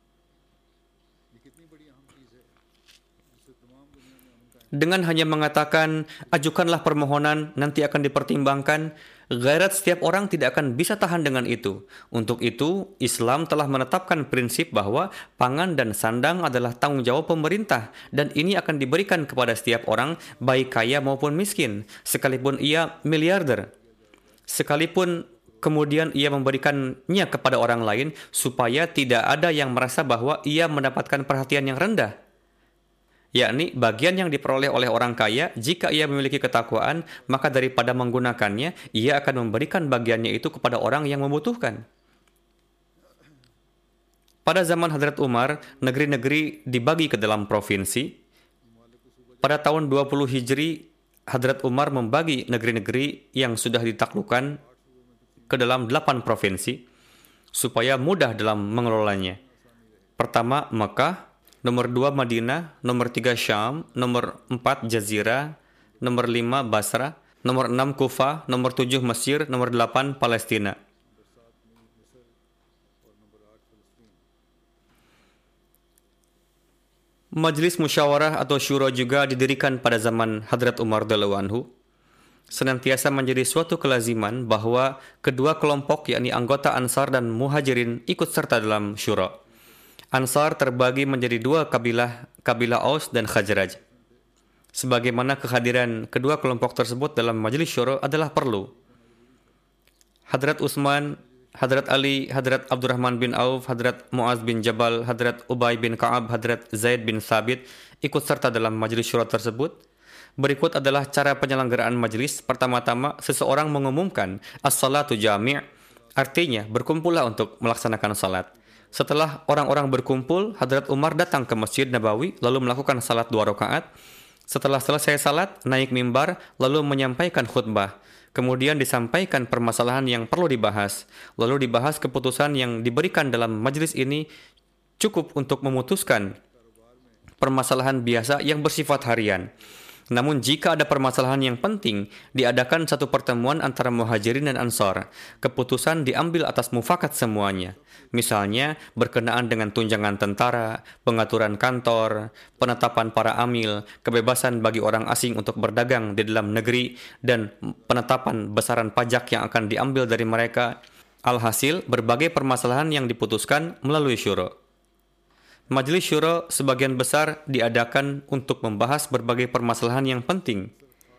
Dengan hanya mengatakan, ajukanlah permohonan, nanti akan dipertimbangkan, gairat setiap orang tidak akan bisa tahan dengan itu. Untuk itu, Islam telah menetapkan prinsip bahwa pangan dan sandang adalah tanggung jawab pemerintah, dan ini akan diberikan kepada setiap orang, baik kaya maupun miskin, sekalipun ia miliarder. Sekalipun kemudian ia memberikannya kepada orang lain, supaya tidak ada yang merasa bahwa ia mendapatkan perhatian yang rendah. Yakni bagian yang diperoleh oleh orang kaya, jika ia memiliki ketakwaan, maka daripada menggunakannya, ia akan memberikan bagiannya itu kepada orang yang membutuhkan. Pada zaman Hadrat Umar, negeri-negeri dibagi ke dalam provinsi. Pada tahun dua puluh Hijri, Hadrat Umar membagi negeri-negeri yang sudah ditaklukkan ke dalam delapan provinsi, supaya mudah dalam mengelolanya. Pertama, Mekah. Nomor dua Madinah, nomor tiga Syam, nomor empat Jazirah, nomor lima Basra, nomor enam Kufah, nomor tujuh Mesir, nomor delapan Palestina. Majelis musyawarah atau syura juga didirikan pada zaman Hadrat Umar radhiyallahu anhu. Senantiasa menjadi suatu kelaziman bahwa kedua kelompok yakni anggota Ansar dan Muhajirin ikut serta dalam syura. Ansar terbagi menjadi dua kabilah, kabilah Aus dan Khazraj. Sebagaimana kehadiran kedua kelompok tersebut dalam majelis syura adalah perlu. Hadrat Utsman, Hadrat Ali, Hadrat Abdurrahman bin Auf, Hadrat Muaz bin Jabal, Hadrat Ubay bin Ka'ab, Hadrat Zaid bin Thabit ikut serta dalam majelis syura tersebut. Berikut adalah cara penyelenggaraan majelis. Pertama-tama, seseorang mengumumkan as-salatu jami', artinya berkumpullah untuk melaksanakan salat. Setelah orang-orang berkumpul, Hadrat Umar datang ke Masjid Nabawi lalu melakukan salat dua rakaat. Setelah selesai salat, naik mimbar lalu menyampaikan khutbah. Kemudian disampaikan permasalahan yang perlu dibahas. Lalu dibahas keputusan yang diberikan dalam majelis ini cukup untuk memutuskan permasalahan biasa yang bersifat harian. Namun jika ada permasalahan yang penting, diadakan satu pertemuan antara Muhajirin dan Ansar. Keputusan diambil atas mufakat semuanya. Misalnya, berkenaan dengan tunjangan tentara, pengaturan kantor, penetapan para amil, kebebasan bagi orang asing untuk berdagang di dalam negeri, dan penetapan besaran pajak yang akan diambil dari mereka. Alhasil, berbagai permasalahan yang diputuskan melalui syura. Majelis syura sebagian besar diadakan untuk membahas berbagai permasalahan yang penting.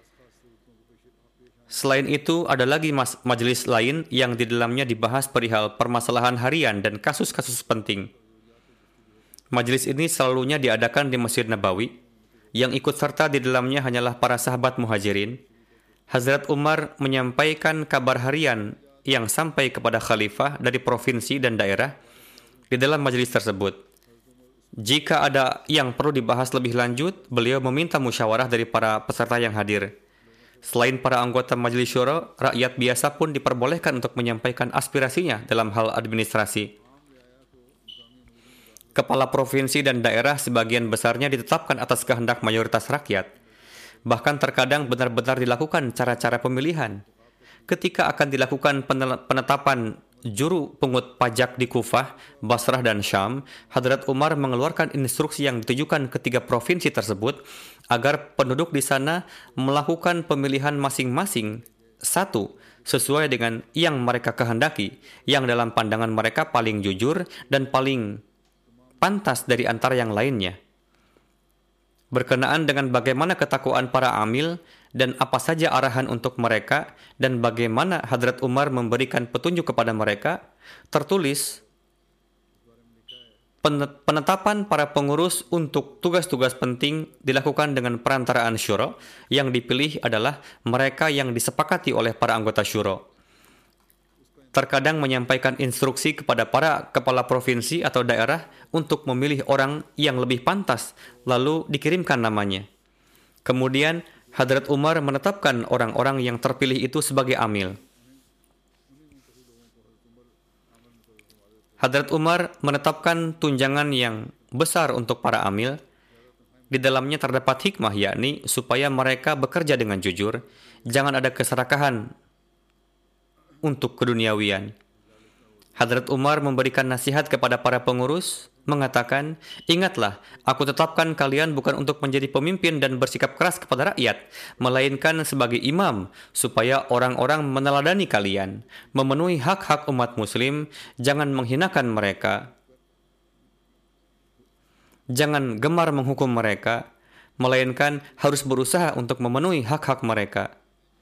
Selain itu, ada lagi majelis lain yang di dalamnya dibahas perihal permasalahan harian dan kasus-kasus penting. Majelis ini selalunya diadakan di Masjid Nabawi. Yang ikut serta di dalamnya hanyalah para sahabat Muhajirin. Hazrat Umar menyampaikan kabar harian yang sampai kepada khalifah dari provinsi dan daerah di dalam majelis tersebut. Jika ada yang perlu dibahas lebih lanjut, beliau meminta musyawarah dari para peserta yang hadir. Selain para anggota majelis syura, rakyat biasa pun diperbolehkan untuk menyampaikan aspirasinya dalam hal administrasi. Kepala provinsi dan daerah sebagian besarnya ditetapkan atas kehendak mayoritas rakyat. Bahkan terkadang benar-benar dilakukan cara-cara pemilihan. Ketika akan dilakukan penetapan juru pungut pajak di Kufah, Basrah, dan Syam, Hadrat Umar mengeluarkan instruksi yang ditujukan ke tiga provinsi tersebut agar penduduk di sana melakukan pemilihan masing-masing satu sesuai dengan yang mereka kehendaki, yang dalam pandangan mereka paling jujur dan paling pantas dari antara yang lainnya. Berkenaan dengan bagaimana ketakwaan para amil dan apa saja arahan untuk mereka dan bagaimana Hadrat Umar memberikan petunjuk kepada mereka, tertulis penetapan para pengurus untuk tugas-tugas penting dilakukan dengan perantaraan syura. Yang dipilih adalah mereka yang disepakati oleh para anggota syura. terkadang menyampaikan instruksi kepada para kepala provinsi atau daerah untuk memilih orang yang lebih pantas, lalu dikirimkan namanya. Kemudian, Hadrat Umar menetapkan orang-orang yang terpilih itu sebagai amil. Hadrat Umar menetapkan tunjangan yang besar untuk para amil. Di dalamnya terdapat hikmah, yakni supaya mereka bekerja dengan jujur, jangan ada keserakahan untuk keduniawian. Hadrat Umar memberikan nasihat kepada para pengurus, mengatakan, ingatlah, aku tetapkan kalian bukan untuk menjadi pemimpin dan bersikap keras kepada rakyat, melainkan sebagai imam, supaya orang-orang meneladani kalian, memenuhi hak-hak umat muslim, jangan menghinakan mereka, jangan gemar menghukum mereka, melainkan harus berusaha untuk memenuhi hak-hak mereka.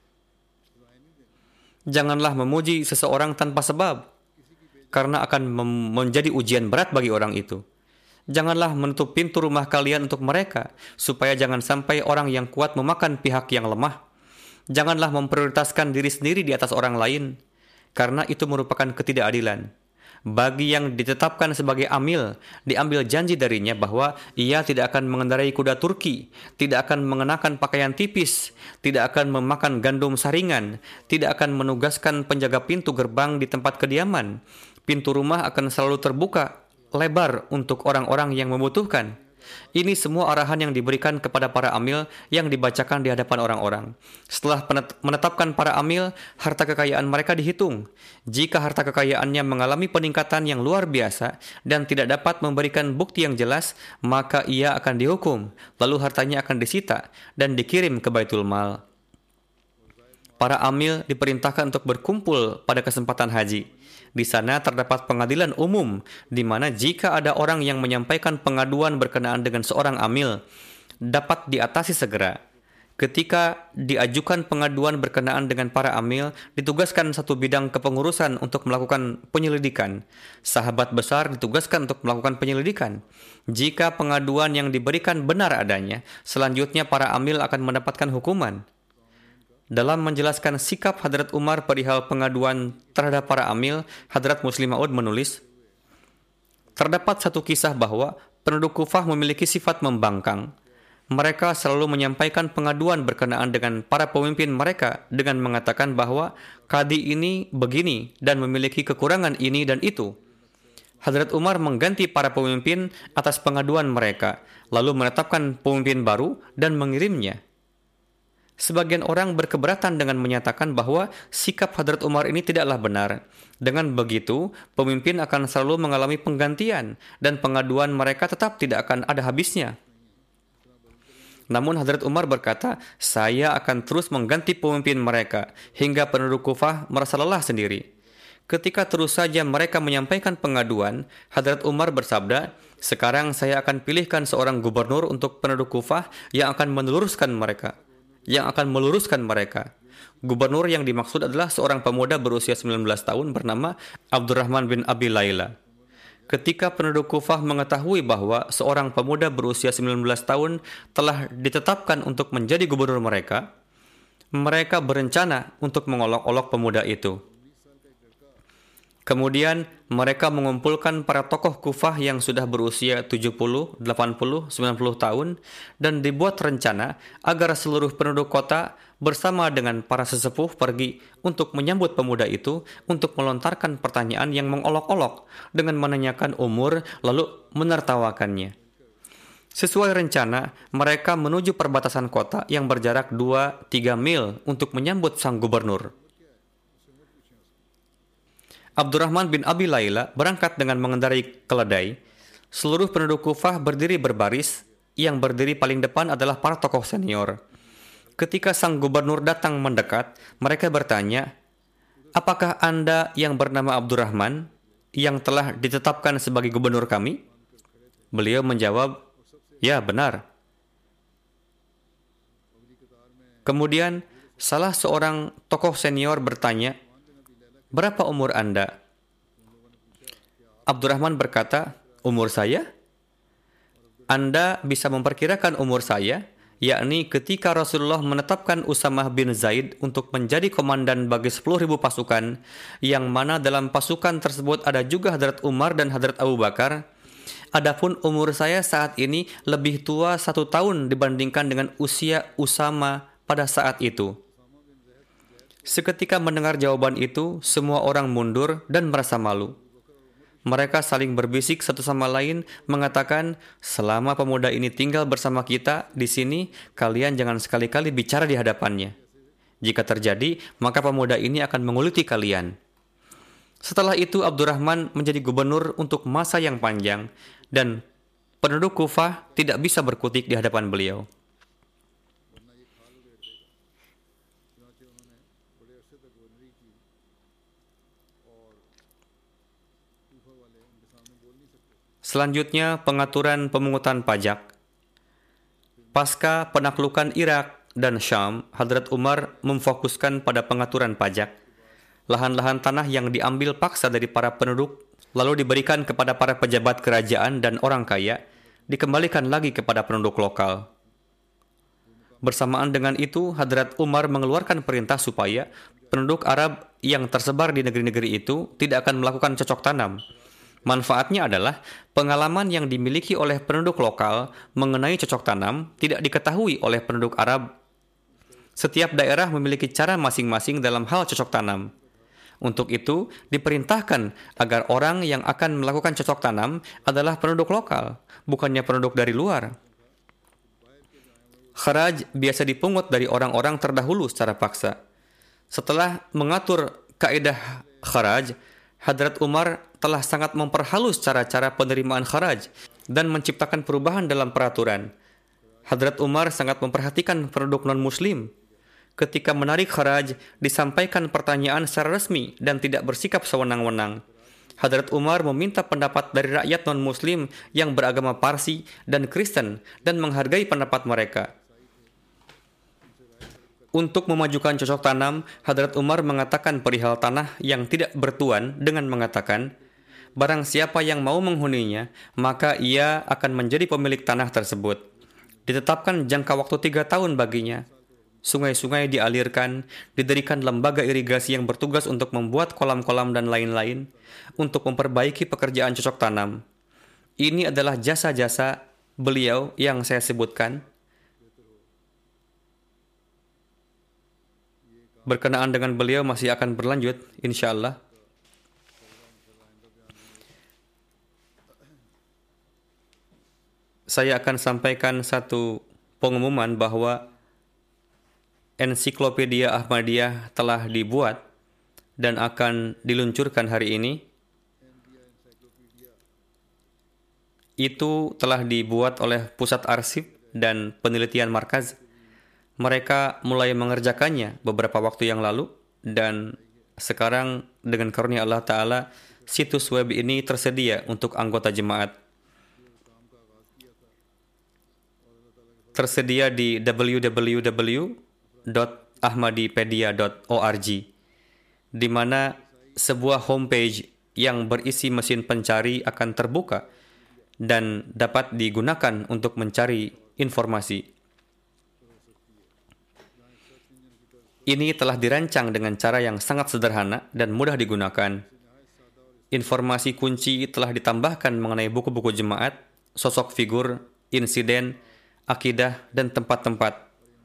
Janganlah memuji seseorang tanpa sebab, karena akan menjadi ujian berat bagi orang itu. Janganlah menutup pintu rumah kalian untuk mereka, supaya jangan sampai orang yang kuat memakan pihak yang lemah. Janganlah memprioritaskan diri sendiri di atas orang lain, karena itu merupakan ketidakadilan. Bagi yang ditetapkan sebagai amil, diambil janji darinya bahwa ia tidak akan mengendarai kuda Turki, tidak akan mengenakan pakaian tipis, tidak akan memakan gandum saringan, tidak akan menugaskan penjaga pintu gerbang di tempat kediaman. Pintu rumah akan selalu terbuka lebar untuk orang-orang yang membutuhkan. Ini semua arahan yang diberikan kepada para amil yang dibacakan di hadapan orang-orang. Setelah menetapkan para amil, harta kekayaan mereka dihitung. Jika harta kekayaannya mengalami peningkatan yang luar biasa dan tidak dapat memberikan bukti yang jelas, maka ia akan dihukum. Lalu hartanya akan disita dan dikirim ke Baitul Mal. Para amil diperintahkan untuk berkumpul pada kesempatan haji. Di sana terdapat pengadilan umum, di mana jika ada orang yang menyampaikan pengaduan berkenaan dengan seorang amil, dapat diatasi segera. Ketika diajukan pengaduan berkenaan dengan para amil, ditugaskan satu bidang kepengurusan untuk melakukan penyelidikan. Sahabat besar ditugaskan untuk melakukan penyelidikan. Jika pengaduan yang diberikan benar adanya, selanjutnya para amil akan mendapatkan hukuman. Dalam menjelaskan sikap Hadrat Umar perihal pengaduan terhadap para amil, Hadrat Muslim Maud menulis, terdapat satu kisah bahwa penduduk Kufah memiliki sifat membangkang. Mereka selalu menyampaikan pengaduan berkenaan dengan para pemimpin mereka dengan mengatakan bahwa kadi ini begini dan memiliki kekurangan ini dan itu. Hadrat Umar mengganti para pemimpin atas pengaduan mereka, lalu menetapkan pemimpin baru dan mengirimnya. Sebagian orang berkeberatan dengan menyatakan bahwa sikap Hadrat Umar ini tidaklah benar. Dengan begitu, pemimpin akan selalu mengalami penggantian dan pengaduan mereka tetap tidak akan ada habisnya. Namun Hadrat Umar berkata, saya akan terus mengganti pemimpin mereka hingga penduduk Kufah merasa lelah sendiri. Ketika terus saja mereka menyampaikan pengaduan, Hadrat Umar bersabda, sekarang saya akan pilihkan seorang gubernur untuk penduduk Kufah yang akan meluruskan mereka. yang akan meluruskan mereka. Gubernur yang dimaksud adalah seorang pemuda berusia sembilan belas tahun bernama Abdurrahman bin Abi Layla. Ketika penduduk Kufah mengetahui bahwa seorang pemuda berusia sembilan belas tahun telah ditetapkan untuk menjadi gubernur mereka, mereka berencana untuk mengolok-olok pemuda itu. Kemudian mereka mengumpulkan para tokoh Kufah yang sudah berusia tujuh puluh, delapan puluh, sembilan puluh tahun dan dibuat rencana agar seluruh penduduk kota bersama dengan para sesepuh pergi untuk menyambut pemuda itu untuk melontarkan pertanyaan yang mengolok-olok dengan menanyakan umur lalu menertawakannya. Sesuai rencana, mereka menuju perbatasan kota yang berjarak dua sampai tiga mil untuk menyambut sang gubernur. Abdurrahman bin Abi Layla berangkat dengan mengendarai keledai. Seluruh penduduk Kufah berdiri berbaris, yang berdiri paling depan adalah para tokoh senior. Ketika sang gubernur datang mendekat, mereka bertanya, apakah Anda yang bernama Abdurrahman yang telah ditetapkan sebagai gubernur kami? Beliau menjawab, ya benar. Kemudian salah seorang tokoh senior bertanya, berapa umur Anda? Abdurrahman berkata, umur saya? Anda bisa memperkirakan umur saya? yakni ketika Rasulullah menetapkan Usamah bin Zaid untuk menjadi komandan bagi sepuluh ribu pasukan, yang mana dalam pasukan tersebut ada juga Hadrat Umar dan Hadrat Abu Bakar. Adapun umur saya saat ini lebih tua satu tahun dibandingkan dengan usia Usama pada saat itu. Seketika mendengar jawaban itu, semua orang mundur dan merasa malu. Mereka saling berbisik satu sama lain, mengatakan, selama pemuda ini tinggal bersama kita di sini, kalian jangan sekali-kali bicara di hadapannya. Jika terjadi, maka pemuda ini akan menguliti kalian. Setelah itu, Abdurrahman menjadi gubernur untuk masa yang panjang, dan penduduk Kufah tidak bisa berkutik di hadapan beliau. Selanjutnya, pengaturan pemungutan pajak. Pasca penaklukan Irak dan Syam, Hadrat Umar memfokuskan pada pengaturan pajak. Lahan-lahan tanah yang diambil paksa dari para penduduk, lalu diberikan kepada para pejabat kerajaan dan orang kaya, dikembalikan lagi kepada penduduk lokal. Bersamaan dengan itu, Hadrat Umar mengeluarkan perintah supaya penduduk Arab yang tersebar di negeri-negeri itu tidak akan melakukan cocok tanam. Manfaatnya adalah pengalaman yang dimiliki oleh penduduk lokal mengenai cocok tanam tidak diketahui oleh penduduk Arab. Setiap daerah memiliki cara masing-masing dalam hal cocok tanam. Untuk itu, diperintahkan agar orang yang akan melakukan cocok tanam adalah penduduk lokal, bukannya penduduk dari luar. Kharaj biasa dipungut dari orang-orang terdahulu secara paksa. Setelah mengatur kaidah kharaj, Hadrat Umar telah sangat memperhalus cara-cara penerimaan kharaj dan menciptakan perubahan dalam peraturan. Hadrat Umar sangat memperhatikan penduduk non-muslim. Ketika menarik kharaj, disampaikan pertanyaan secara resmi dan tidak bersikap sewenang-wenang. Hadrat Umar meminta pendapat dari rakyat non-muslim yang beragama Parsi dan Kristen dan menghargai pendapat mereka. Untuk memajukan cocok tanam, Hadrat Umar mengatakan perihal tanah yang tidak bertuan dengan mengatakan, barang siapa yang mau menghuninya, maka ia akan menjadi pemilik tanah tersebut. Ditetapkan jangka waktu tiga tahun baginya. Sungai-sungai dialirkan, didirikan lembaga irigasi yang bertugas untuk membuat kolam-kolam dan lain-lain, untuk memperbaiki pekerjaan cocok tanam. Ini adalah jasa-jasa beliau yang saya sebutkan. Berkenaan dengan beliau masih akan berlanjut, insya Allah. Saya akan sampaikan satu pengumuman bahwa ensiklopedia Ahmadiyah telah dibuat dan akan diluncurkan hari ini. Itu telah dibuat oleh Pusat Arsip dan Penelitian Markaz. Mereka mulai mengerjakannya beberapa waktu yang lalu, dan sekarang dengan karunia Allah Ta'ala, situs web ini tersedia untuk anggota jemaat. Tersedia di w w w dot ahmadipedia dot org, di mana sebuah homepage yang berisi mesin pencari akan terbuka dan dapat digunakan untuk mencari informasi. Ini telah dirancang dengan cara yang sangat sederhana dan mudah digunakan. Informasi kunci telah ditambahkan mengenai buku-buku jemaat, sosok figur, insiden, akidah, dan tempat-tempat.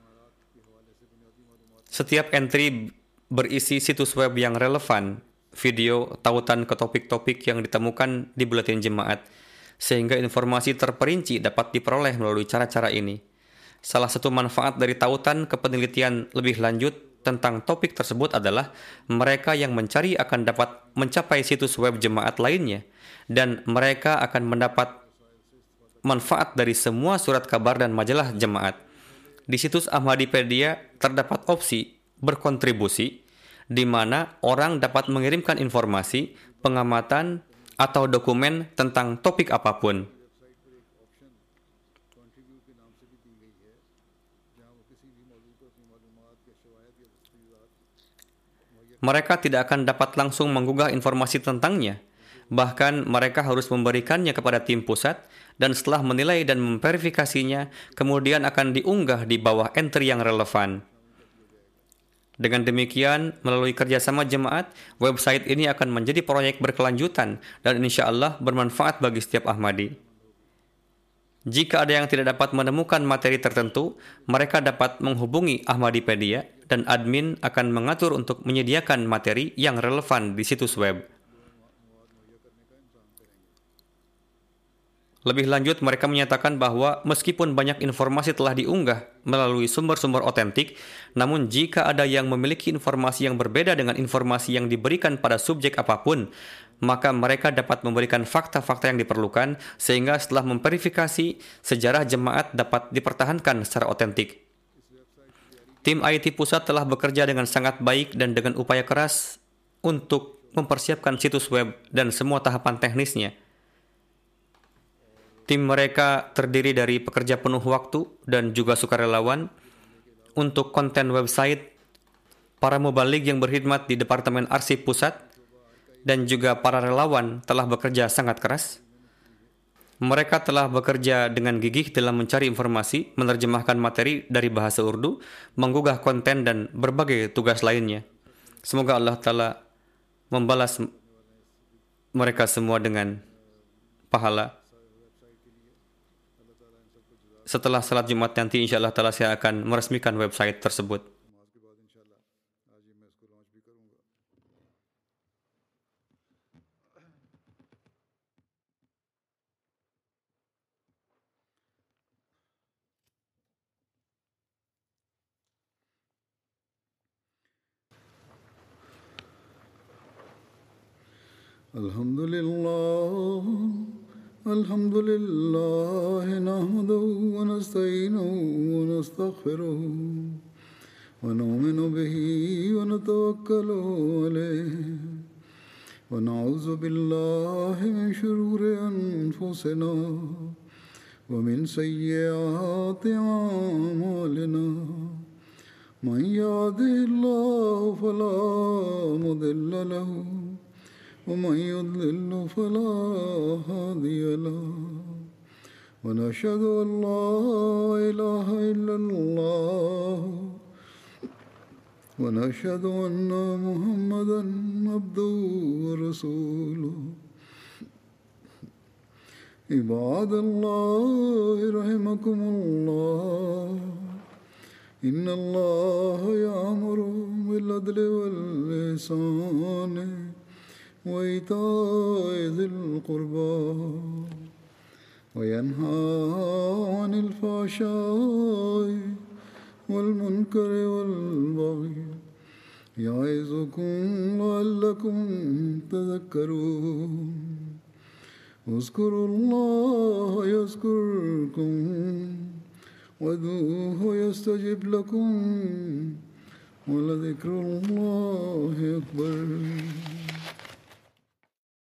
Setiap entry berisi situs web yang relevan, video, tautan ke topik-topik yang ditemukan di buletin jemaat, sehingga informasi terperinci dapat diperoleh melalui cara-cara ini. Salah satu manfaat dari tautan ke penelitian lebih lanjut tentang topik tersebut adalah mereka yang mencari akan dapat mencapai situs web jemaat lainnya, dan mereka akan mendapat manfaat dari semua surat kabar dan majalah jemaat. Di situs Ahmadipedia terdapat opsi berkontribusi, di mana orang dapat mengirimkan informasi, pengamatan, atau dokumen tentang topik apapun. Mereka tidak akan dapat langsung menggugah informasi tentangnya. Bahkan mereka harus memberikannya kepada tim pusat dan setelah menilai dan memverifikasinya, kemudian akan diunggah di bawah entry yang relevan. Dengan demikian, melalui kerjasama jemaat, website ini akan menjadi proyek berkelanjutan dan insya Allah bermanfaat bagi setiap Ahmadi. Jika ada yang tidak dapat menemukan materi tertentu, mereka dapat menghubungi Ahmadipedia dan admin akan mengatur untuk menyediakan materi yang relevan di situs web. Lebih lanjut, mereka menyatakan bahwa meskipun banyak informasi telah diunggah melalui sumber-sumber otentik, namun jika ada yang memiliki informasi yang berbeda dengan informasi yang diberikan pada subjek apapun, maka mereka dapat memberikan fakta-fakta yang diperlukan sehingga setelah memverifikasi, sejarah jemaat dapat dipertahankan secara otentik. Tim I T pusat telah bekerja dengan sangat baik dan dengan upaya keras untuk mempersiapkan situs web dan semua tahapan teknisnya. Tim mereka terdiri dari pekerja penuh waktu dan juga sukarelawan untuk konten website, para mubalik yang berkhidmat di Departemen Arsip Pusat, dan juga para relawan telah bekerja sangat keras. Mereka telah bekerja dengan gigih dalam mencari informasi, menerjemahkan materi dari bahasa Urdu, menggugah konten, dan berbagai tugas lainnya. Semoga Allah Ta'ala membalas mereka semua dengan pahala. Setelah salat Jumat nanti, insya Allah Ta'ala saya akan meresmikan website tersebut. Alhamdulillah, alhamdulillah, nahmaduhu wa nasta'inuhu wa nastaghfiruh, wa nu'minu bihi wa natawakkalu alayhi, wa na'udzu billahi min shururi anfusina, wa min sayyiati a'malina. Man yahdihillahu fala mudilla lahu, ومن يضلل فلا هادي له ونشهد أن لا إله إلا الله ونشهد أن محمدا عبده ورسوله عباد الله رحمكم الله إن الله يأمر بالعدل والإحسان وإيتاء ذي القربى وينهى عن الفحشاء والمنكر والبغي يعظكم لعلكم تذكرون اذكروا الله يذكركم وادعوه يستجب لكم ولذكر الله أكبر.